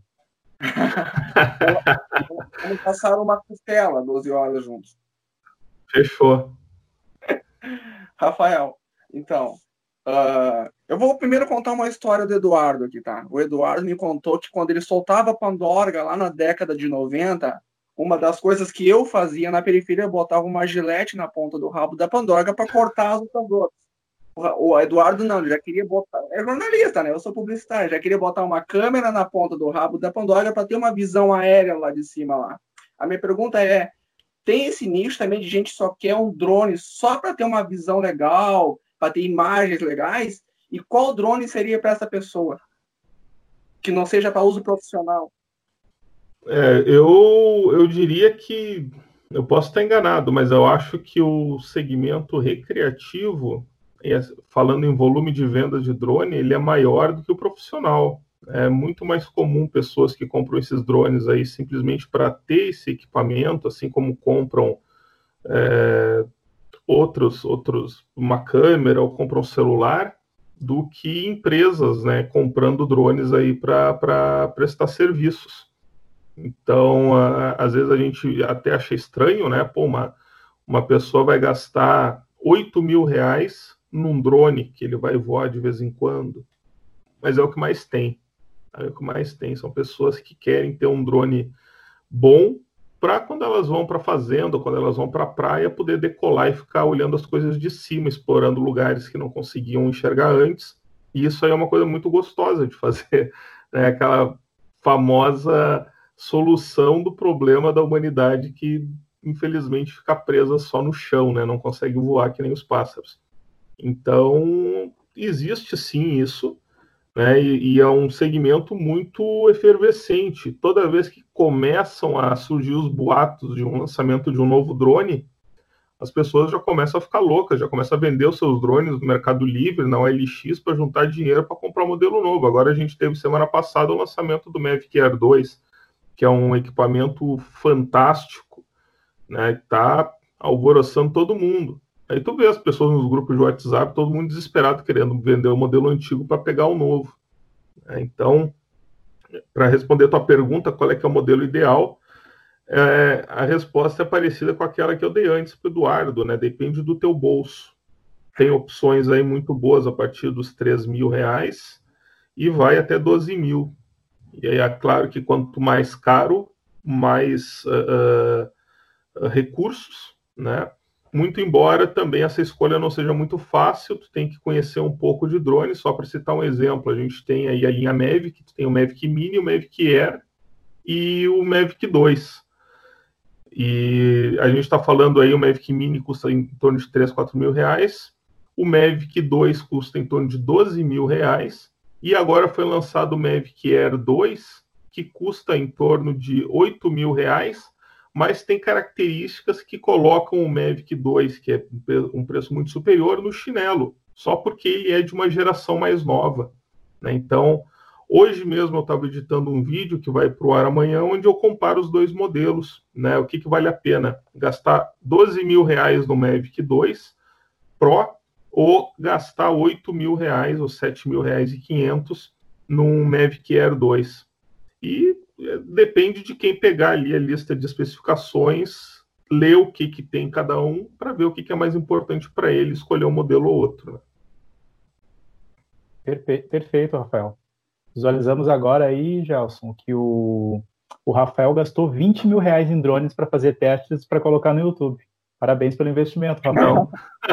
Vamos passar uma costela 12 horas juntos. Fechou. Rafael, então, Eu vou primeiro contar uma história do Eduardo aqui, tá? O Eduardo me contou que quando ele soltava a Pandorga lá na década de 90, uma das coisas que eu fazia na periferia, eu botava uma gilete na ponta do rabo da Pandorga para cortar as outras gotas. O Eduardo não, ele já queria botar. É jornalista, né? Eu sou publicitário, já queria botar uma câmera na ponta do rabo da Pandorga para ter uma visão aérea lá de cima lá. A minha pergunta é: tem esse nicho também de gente que só quer um drone só para ter uma visão legal, para ter imagens legais? E qual drone seria para essa pessoa? Que não seja para uso profissional? Eu diria que, eu posso estar enganado, mas eu acho que o segmento recreativo, falando em volume de venda de drone, ele é maior do que o profissional. É muito mais comum pessoas que compram esses drones aí simplesmente para ter esse equipamento, assim como compram outros, uma câmera ou compram um celular, do que empresas, né, comprando drones aí para prestar serviços. Então, às vezes a gente até acha estranho, né? Pô, uma pessoa vai gastar R$8.000 num drone que ele vai voar de vez em quando, mas é o que mais tem. É o que mais tem. São pessoas que querem ter um drone bom para quando elas vão para a fazenda, quando elas vão para a praia, poder decolar e ficar olhando as coisas de cima, explorando lugares que não conseguiam enxergar antes. E isso aí é uma coisa muito gostosa de fazer, né? Aquela famosa solução do problema da humanidade que, infelizmente, fica presa só no chão, né? Não consegue voar que nem os pássaros. Então, existe sim isso, né? E é um segmento muito efervescente. Toda vez que começam a surgir os boatos de um lançamento de um novo drone, as pessoas já começam a ficar loucas, já começam a vender os seus drones no Mercado Livre, na OLX, para juntar dinheiro para comprar um modelo novo. Agora a gente teve semana passada o lançamento do Mavic Air 2, que é um equipamento fantástico, né? Que está alvoroçando todo mundo. Aí tu vê as pessoas nos grupos de WhatsApp, todo mundo desesperado querendo vender o modelo antigo para pegar o novo. Então, para responder a tua pergunta, qual é que é o modelo ideal, a resposta é parecida com aquela que eu dei antes para o Eduardo, né? Depende do teu bolso. Tem opções aí muito boas a partir dos R$3.000 e vai até 12.000. E aí é claro que quanto mais caro, mais recursos, né? Muito embora também essa escolha não seja muito fácil, tu tem que conhecer um pouco de drone. Só para citar um exemplo, a gente tem aí a linha Mavic, tu tem o Mavic Mini, o Mavic Air e o Mavic 2. E a gente está falando aí, o Mavic Mini custa em torno de R$3.000, o Mavic 2 custa em torno de R$12.000, e agora foi lançado o Mavic Air 2, que custa em torno de R$8.000, mas tem características que colocam o Mavic 2, que é um preço muito superior, no chinelo, só porque ele é de uma geração mais nova, né? Então, hoje mesmo eu estava editando um vídeo que vai para o ar amanhã, onde eu comparo os dois modelos, né? O que vale a pena? Gastar R$12.000 no Mavic 2 Pro ou gastar R$8.000 ou R$7.500 num Mavic Air 2. E depende de quem pegar ali a lista de especificações, ler o que tem cada um, para ver o que é mais importante para ele, escolher um modelo ou outro, né? Perfeito, Rafael. Visualizamos agora aí, Gelson, que o Rafael gastou R$20.000 em drones para fazer testes para colocar no YouTube. Parabéns pelo investimento, Rafael.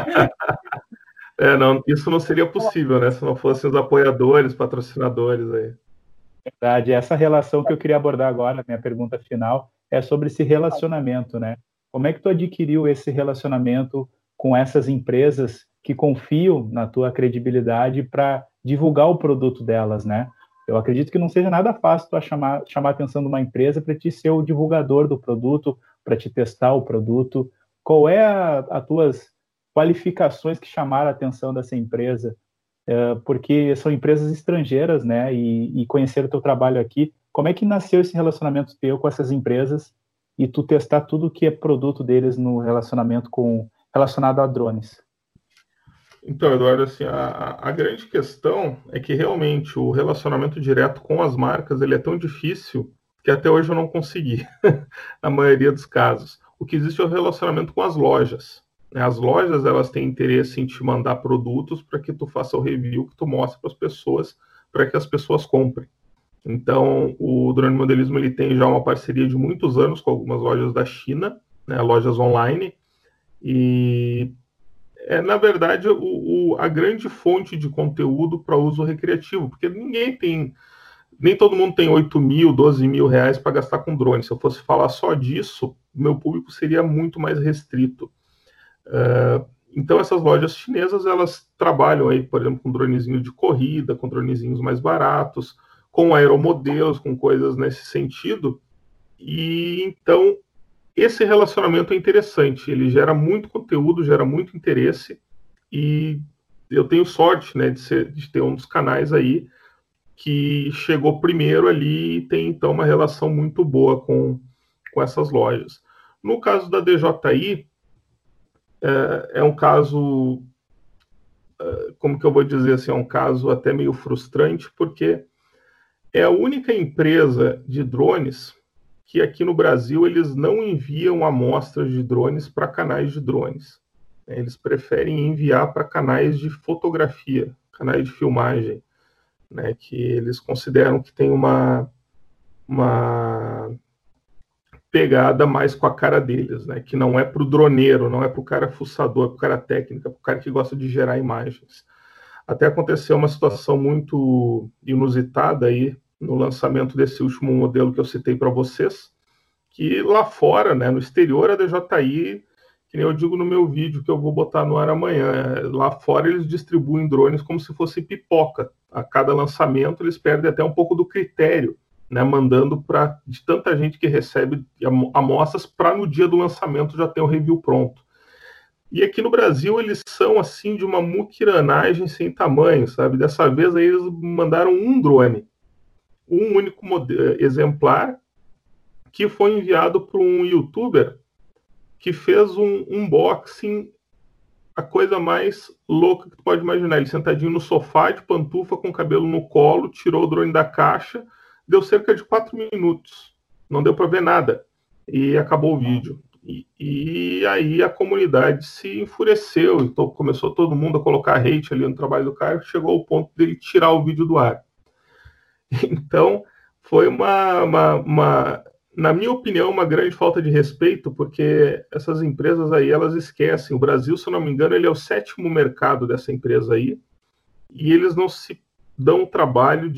Não, isso não seria possível, né? Se não fossem os apoiadores, patrocinadores aí. Verdade, essa relação que eu queria abordar agora, minha pergunta final, é sobre esse relacionamento, né? Como é que tu adquiriu esse relacionamento com essas empresas que confiam na tua credibilidade para divulgar o produto delas, né? Eu acredito que não seja nada fácil tu chamar a atenção de uma empresa para te ser o divulgador do produto, para te testar o produto. Qual é as tuas qualificações que chamaram a atenção dessa empresa? Porque são empresas estrangeiras, né? E conhecer o teu trabalho aqui. Como é que nasceu esse relacionamento teu com essas empresas e tu testar tudo que é produto deles no relacionamento relacionado a drones? Então, Eduardo, assim, a grande questão é que realmente o relacionamento direto com as marcas ele é tão difícil que até hoje eu não consegui, na maioria dos casos. O que existe é o relacionamento com as lojas. As lojas, elas têm interesse em te mandar produtos para que tu faça o review, que tu mostre para as pessoas, para que as pessoas comprem. Então, o Drone Modelismo ele tem já uma parceria de muitos anos com algumas lojas da China, né, lojas online, e na verdade, a grande fonte de conteúdo para uso recreativo, porque nem todo mundo tem 8 mil, 12 mil reais para gastar com drone. Se eu fosse falar só disso, meu público seria muito mais restrito. Então, essas lojas chinesas, elas trabalham aí, por exemplo, com dronezinho de corrida, com dronezinhos mais baratos, com aeromodelos, com coisas nesse sentido. E então, esse relacionamento é interessante. Ele gera muito conteúdo, gera muito interesse. E eu tenho sorte, né, de ter um dos canais aí que chegou primeiro ali e tem, então, uma relação muito boa com essas lojas. No caso da DJI, é um caso, como que eu vou dizer assim, é um caso até meio frustrante, porque é a única empresa de drones que aqui no Brasil eles não enviam amostras de drones para canais de drones. Eles preferem enviar para canais de fotografia, canais de filmagem, né, que eles consideram que tem uma pegada mais com a cara deles, né, que não é para o droneiro, não é para o cara fuçador, é para o cara técnico, é para o cara que gosta de gerar imagens. Até aconteceu uma situação muito inusitada aí no lançamento desse último modelo que eu citei para vocês, que lá fora, né, no exterior, a DJI, que nem eu digo no meu vídeo que eu vou botar no ar amanhã, lá fora eles distribuem drones como se fosse pipoca. A cada lançamento eles perdem até um pouco do critério, né, mandando de tanta gente que recebe amostras para no dia do lançamento já ter o review pronto. E aqui no Brasil eles são assim de uma muquiranagem sem tamanho, sabe? Dessa vez aí eles mandaram um drone, um único exemplar, que foi enviado por um youtuber que fez um unboxing, a coisa mais louca que tu pode imaginar. Ele sentadinho no sofá, de pantufa, com o cabelo no colo, tirou o drone da caixa, deu cerca de 4 minutos. Não deu para ver nada. E acabou o vídeo. E aí a comunidade se enfureceu, então começou todo mundo a colocar hate ali no trabalho do cara, chegou ao ponto dele tirar o vídeo do ar. Então, foi na minha opinião, uma grande falta de respeito, porque essas empresas aí, elas esquecem. O Brasil, se eu não me engano, ele é o 7º mercado dessa empresa aí, e eles não se dão o trabalho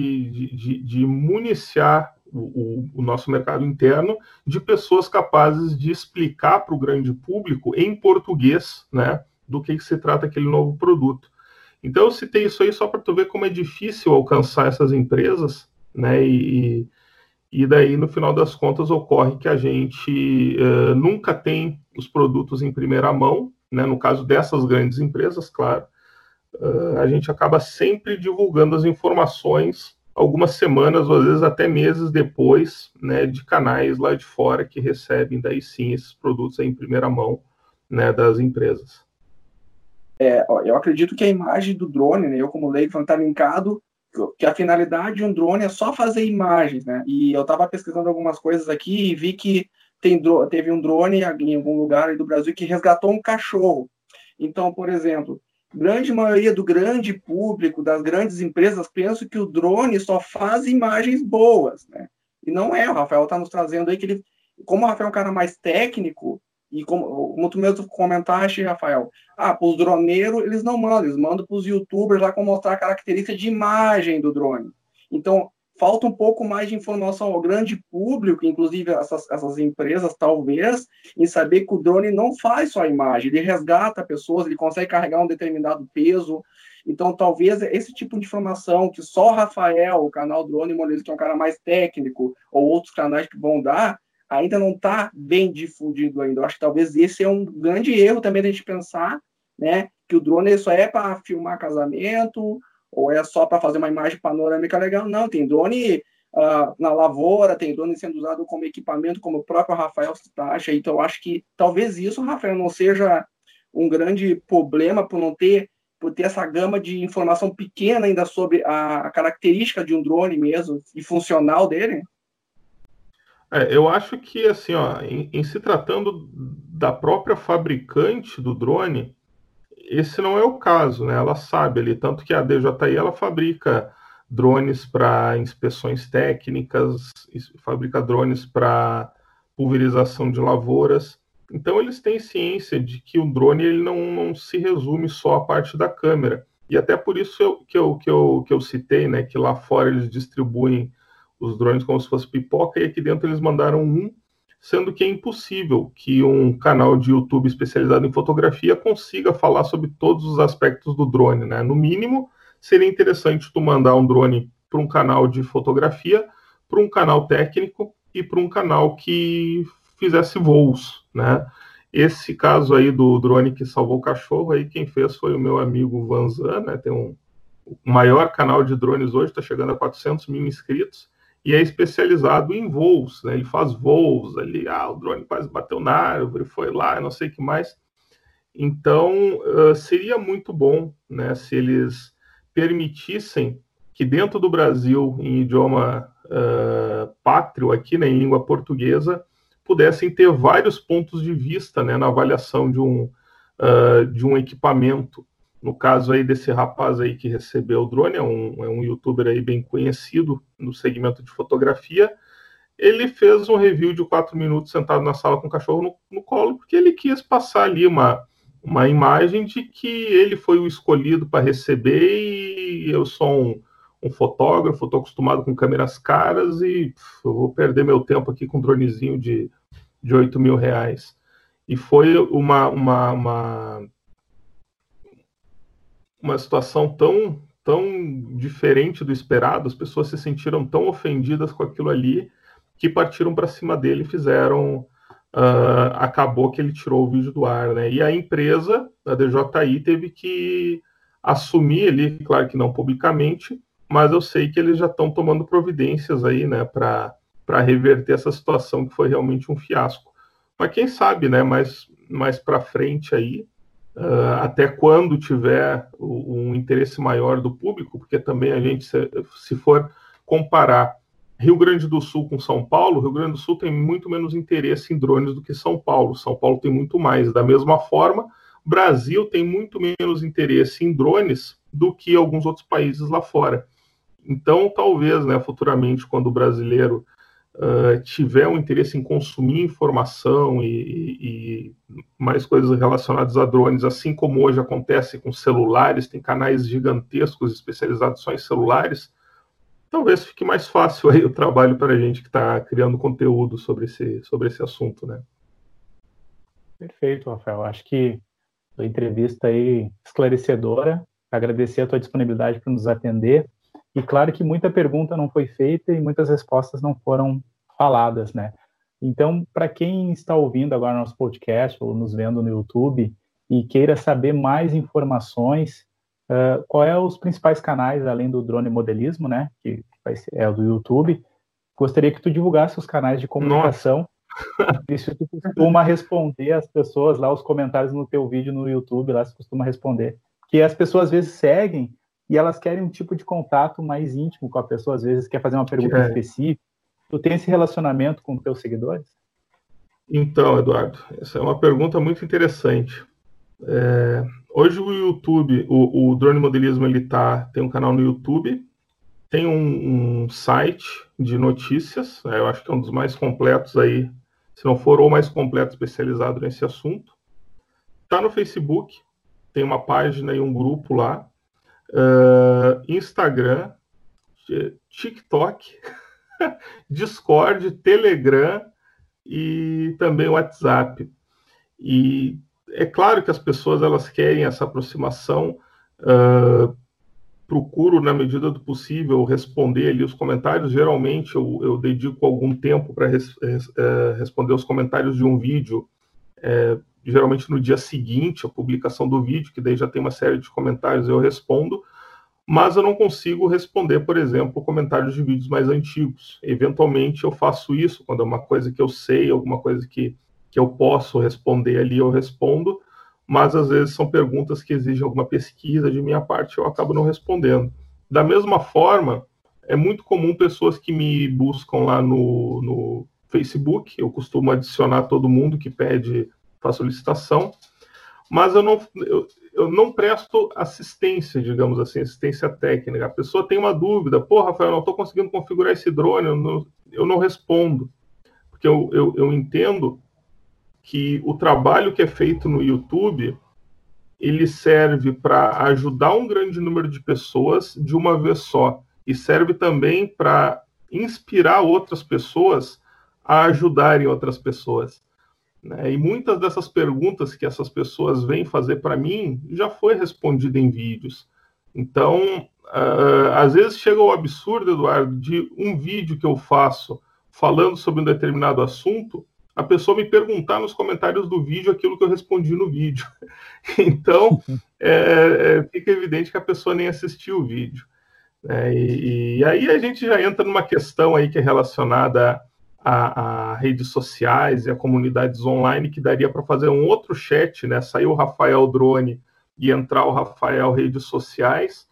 de municiar o nosso mercado interno de pessoas capazes de explicar para o grande público em português, né, do que se trata aquele novo produto. Então eu citei isso aí só para tu ver como é difícil alcançar essas empresas, né, e daí no final das contas ocorre que a gente nunca tem os produtos em primeira mão, né, no caso dessas grandes empresas, claro, a gente acaba sempre divulgando as informações algumas semanas, ou às vezes até meses depois, né, de canais lá de fora que recebem daí sim esses produtos aí em primeira mão, né, das empresas. Eu acredito que a imagem do drone, né, eu como leigo, está linkado que a finalidade de um drone é só fazer imagens, né? E eu estava pesquisando algumas coisas aqui e vi que teve um drone em algum lugar aí do Brasil que resgatou um cachorro. Então, por exemplo, grande maioria do grande público, das grandes empresas, pensa que o drone só faz imagens boas, né? E não é, o Rafael está nos trazendo aí que como o Rafael é um cara mais técnico, e como tu mesmo comentaste, Rafael, para os droneiros eles não mandam, eles mandam para os youtubers lá com mostrar a característica de imagem do drone. Então, falta um pouco mais de informação ao grande público, inclusive essas empresas, talvez, em saber que o drone não faz só a imagem, ele resgata pessoas, ele consegue carregar um determinado peso. Então, talvez esse tipo de informação que só o Rafael, o canal Drone Modelismo, que é um cara mais técnico, ou outros canais que vão dar, ainda não está bem difundido ainda. Eu acho que talvez esse é um grande erro também da gente pensar, né, que o drone só é para filmar casamento, ou é só para fazer uma imagem panorâmica legal. Não, tem drone na lavoura, tem drone sendo usado como equipamento, como o próprio Rafael acha. Então, eu acho que talvez isso, Rafael, não seja um grande problema por ter essa gama de informação pequena ainda sobre a característica de um drone mesmo, e funcional dele. Eu acho que, assim, ó, em se tratando da própria fabricante do drone, esse não é o caso, né? Ela sabe ali, tanto que a DJI ela fabrica drones para inspeções técnicas, fabrica drones para pulverização de lavouras. Então eles têm ciência de que o drone ele não se resume só à parte da câmera. E até por isso que eu citei, né, que lá fora eles distribuem os drones como se fosse pipoca, e aqui dentro eles mandaram um, sendo que é impossível que um canal de YouTube especializado em fotografia consiga falar sobre todos os aspectos do drone, né? No mínimo, seria interessante tu mandar um drone para um canal de fotografia, para um canal técnico e para um canal que fizesse voos, né? Esse caso aí do drone que salvou o cachorro, aí quem fez foi o meu amigo Vanzan, né? Tem o maior canal de drones hoje, está chegando a 400 mil inscritos, e é especializado em voos, né? Ele faz voos ali, o drone quase bateu na árvore, foi lá, não sei o que mais. Então, seria muito bom, né, se eles permitissem que dentro do Brasil, em idioma pátrio aqui, né, em língua portuguesa, pudessem ter vários pontos de vista, né, na avaliação de um equipamento. No caso aí desse rapaz aí que recebeu o drone, é um youtuber aí bem conhecido no segmento de fotografia. Ele fez um review de 4 minutos sentado na sala com o cachorro no colo, porque ele quis passar ali uma imagem de que ele foi o escolhido para receber e eu sou um fotógrafo, estou acostumado com câmeras caras e eu vou perder meu tempo aqui com um dronezinho de 8 mil reais. E foi uma situação tão diferente do esperado, as pessoas se sentiram tão ofendidas com aquilo ali, que partiram para cima dele e fizeram... acabou que ele tirou o vídeo do ar, né? E a empresa, a DJI, teve que assumir ali, claro que não publicamente, mas eu sei que eles já estão tomando providências aí, né, para reverter essa situação que foi realmente um fiasco. Mas quem sabe, né, mais para frente aí, até quando tiver um interesse maior do público, porque também a gente, se for comparar Rio Grande do Sul com São Paulo, Rio Grande do Sul tem muito menos interesse em drones do que São Paulo. São Paulo tem muito mais. Da mesma forma, Brasil tem muito menos interesse em drones do que alguns outros países lá fora. Então, talvez, né, futuramente, quando o brasileiro tiver um interesse em consumir informação e mais coisas relacionadas a drones, assim como hoje acontece com celulares, tem canais gigantescos especializados só em celulares, talvez fique mais fácil aí o trabalho para a gente que está criando conteúdo sobre esse assunto, né? Perfeito, Rafael. Acho que a entrevista aí esclarecedora. Agradecer a tua disponibilidade para nos atender. E claro que muita pergunta não foi feita e muitas respostas não foram faladas, né? Então, para quem está ouvindo agora nosso podcast ou nos vendo no YouTube e queira saber mais informações, qual é os principais canais, além do drone modelismo, né? Que é o do YouTube. Gostaria que tu divulgasse os canais de comunicação. E se tu costuma responder as pessoas lá, os comentários no teu vídeo no YouTube, lá se costuma responder. Que as pessoas às vezes seguem e elas querem um tipo de contato mais íntimo com a pessoa, às vezes quer fazer uma pergunta específica. Tu tem esse relacionamento com os teus seguidores? Então, Eduardo, essa é uma pergunta muito interessante. Hoje o YouTube, o Drone Modelismo, ele tem um canal no YouTube, tem um site de notícias, eu acho que é um dos mais completos aí, se não for o mais completo especializado nesse assunto. Está no Facebook, tem uma página e um grupo lá, Instagram, TikTok, Discord, Telegram e também WhatsApp. E é claro que as pessoas elas querem essa aproximação, procuro, na medida do possível, responder ali os comentários. Geralmente eu dedico algum tempo para responder os comentários de um vídeo, geralmente no dia seguinte à publicação do vídeo, que daí já tem uma série de comentários, eu respondo, mas eu não consigo responder, por exemplo, comentários de vídeos mais antigos. Eventualmente eu faço isso, quando é uma coisa que eu sei, alguma coisa que eu posso responder ali, eu respondo, mas às vezes são perguntas que exigem alguma pesquisa de minha parte, eu acabo não respondendo. Da mesma forma, é muito comum pessoas que me buscam lá no Facebook, eu costumo adicionar todo mundo que pede a solicitação, mas eu não presto assistência, digamos assim, assistência técnica. A pessoa tem uma dúvida, Rafael, eu não estou conseguindo configurar esse drone, eu não respondo, porque eu entendo que o trabalho que é feito no YouTube, ele serve para ajudar um grande número de pessoas de uma vez só, e serve também para inspirar outras pessoas a ajudarem outras pessoas, né? E muitas dessas perguntas que essas pessoas vêm fazer para mim já foi respondida em vídeos. Então, às vezes chega ao absurdo, Eduardo, de um vídeo que eu faço falando sobre um determinado assunto, a pessoa me perguntar nos comentários do vídeo aquilo que eu respondi no vídeo. Então, fica evidente que a pessoa nem assistiu o vídeo. E aí a gente já entra numa questão aí que é relacionada a redes sociais e a comunidades online, que daria para fazer um outro chat, né? Sair o Rafael Drone e entrar o Rafael redes sociais.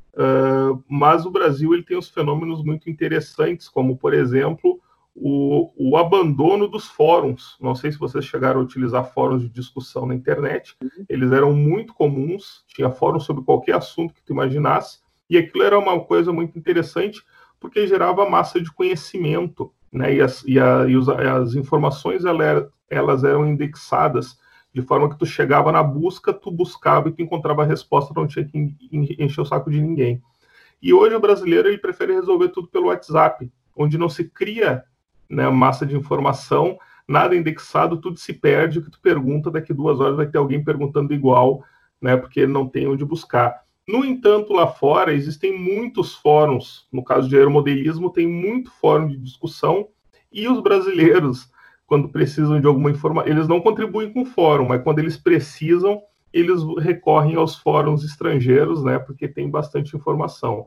Mas o Brasil ele tem uns fenômenos muito interessantes, como, por exemplo, o abandono dos fóruns. Não sei se vocês chegaram a utilizar fóruns de discussão na internet. Eles eram muito comuns, tinha fórum sobre qualquer assunto que tu imaginasse, e aquilo era uma coisa muito interessante, porque gerava massa de conhecimento, né? E as informações elas eram indexadas, de forma que tu chegava na busca, tu buscava e tu encontrava a resposta, não tinha que encher o saco de ninguém. E hoje o brasileiro ele prefere resolver tudo pelo WhatsApp, onde não se cria, né, massa de informação, nada indexado, tudo se perde. O que tu pergunta, daqui 2 horas vai ter alguém perguntando igual, né, porque não tem onde buscar. No entanto, lá fora existem muitos fóruns, no caso de aeromodelismo tem muito fórum de discussão, e os brasileiros, quando precisam de alguma informação, eles não contribuem com o fórum, mas quando eles precisam, eles recorrem aos fóruns estrangeiros, né, porque tem bastante informação.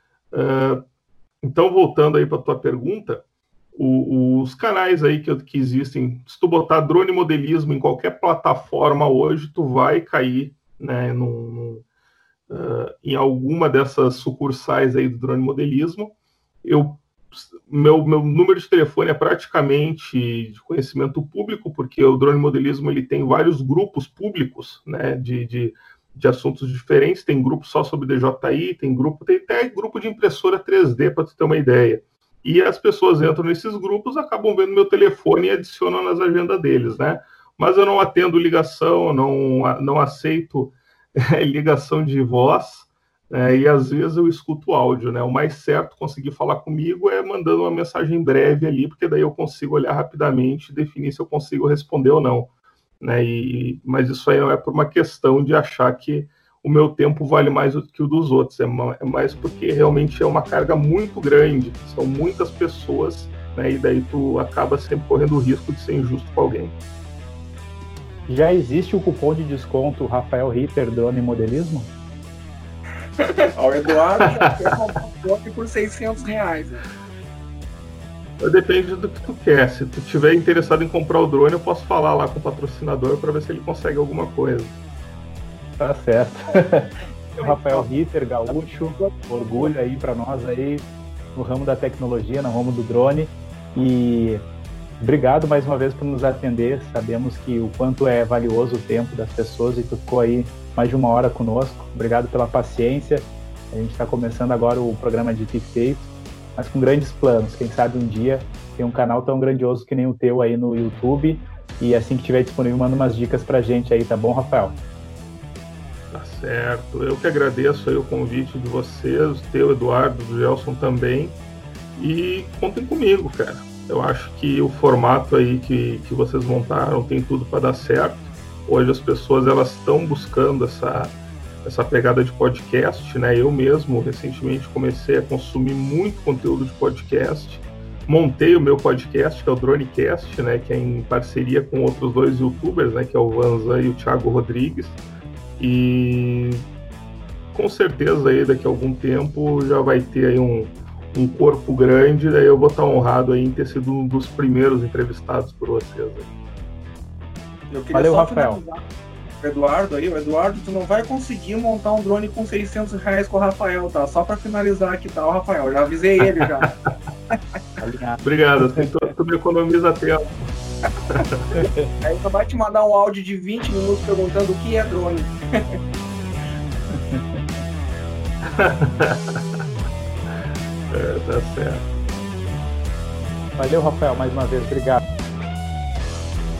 Então, voltando aí para a tua pergunta, os canais aí que existem, se tu botar drone modelismo em qualquer plataforma hoje, tu vai cair, né, em alguma dessas sucursais aí do drone modelismo. Meu número de telefone é praticamente de conhecimento público, porque o drone modelismo ele tem vários grupos públicos, né, de assuntos diferentes. Tem grupo só sobre DJI, tem até grupo de impressora 3D, para tu ter uma ideia. E as pessoas entram nesses grupos, acabam vendo meu telefone e adicionam nas agendas deles, né? Mas eu não atendo ligação, não aceito ligação de voz, e às vezes eu escuto áudio, né? O mais certo conseguir falar comigo é mandando uma mensagem breve ali, porque daí eu consigo olhar rapidamente e definir se eu consigo responder ou não, né? Mas isso aí não é por uma questão de achar que o meu tempo vale mais do que o dos outros, é mais porque realmente é uma carga muito grande, são muitas pessoas, né? E daí tu acaba sempre correndo o risco de ser injusto com alguém. Já existe o cupom de desconto Rafael Ritter Drone Modelismo? O Eduardo já quer comprar um drone por R$600. Né? Depende do que tu quer. Se tu estiver interessado em comprar o drone, eu posso falar lá com o patrocinador para ver se ele consegue alguma coisa. Tá certo. O Rafael Ritter, gaúcho, orgulho aí para nós aí no ramo da tecnologia, no ramo do drone. E obrigado mais uma vez por nos atender. Sabemos que o quanto é valioso o tempo das pessoas e tu ficou aí mais de 1 hora conosco. Obrigado pela paciência. A gente está começando agora o programa de Feito, mas com grandes planos. Quem sabe um dia tem um canal tão grandioso que nem o teu aí no YouTube. E assim que estiver disponível, manda umas dicas pra gente aí, tá bom, Rafael? Tá certo. Eu que agradeço aí o convite de vocês, teu, Eduardo, do Gelson também. E contem comigo, cara. Eu acho que o formato aí que vocês montaram tem tudo para dar certo. Hoje as pessoas elas estão buscando essa pegada de podcast, né? Eu mesmo recentemente comecei a consumir muito conteúdo de podcast. Montei o meu podcast, que é o Dronecast, né? Que é em parceria com outros 2 youtubers, né? Que é o Vanzan e o Thiago Rodrigues. E com certeza aí daqui a algum tempo já vai ter aí um corpo grande, daí eu vou estar honrado aí em ter sido um dos primeiros entrevistados por vocês. Valeu, Rafael. Eduardo aí, o Eduardo, tu não vai conseguir montar um drone com R$600 com o Rafael, tá? Só pra finalizar aqui, tá, o Rafael? Já avisei ele já. Obrigado, assim, tu me economiza tempo. Aí só vai te mandar um áudio de 20 minutos perguntando o que é drone. Tá certo. Valeu, Rafael, mais uma vez. Obrigado.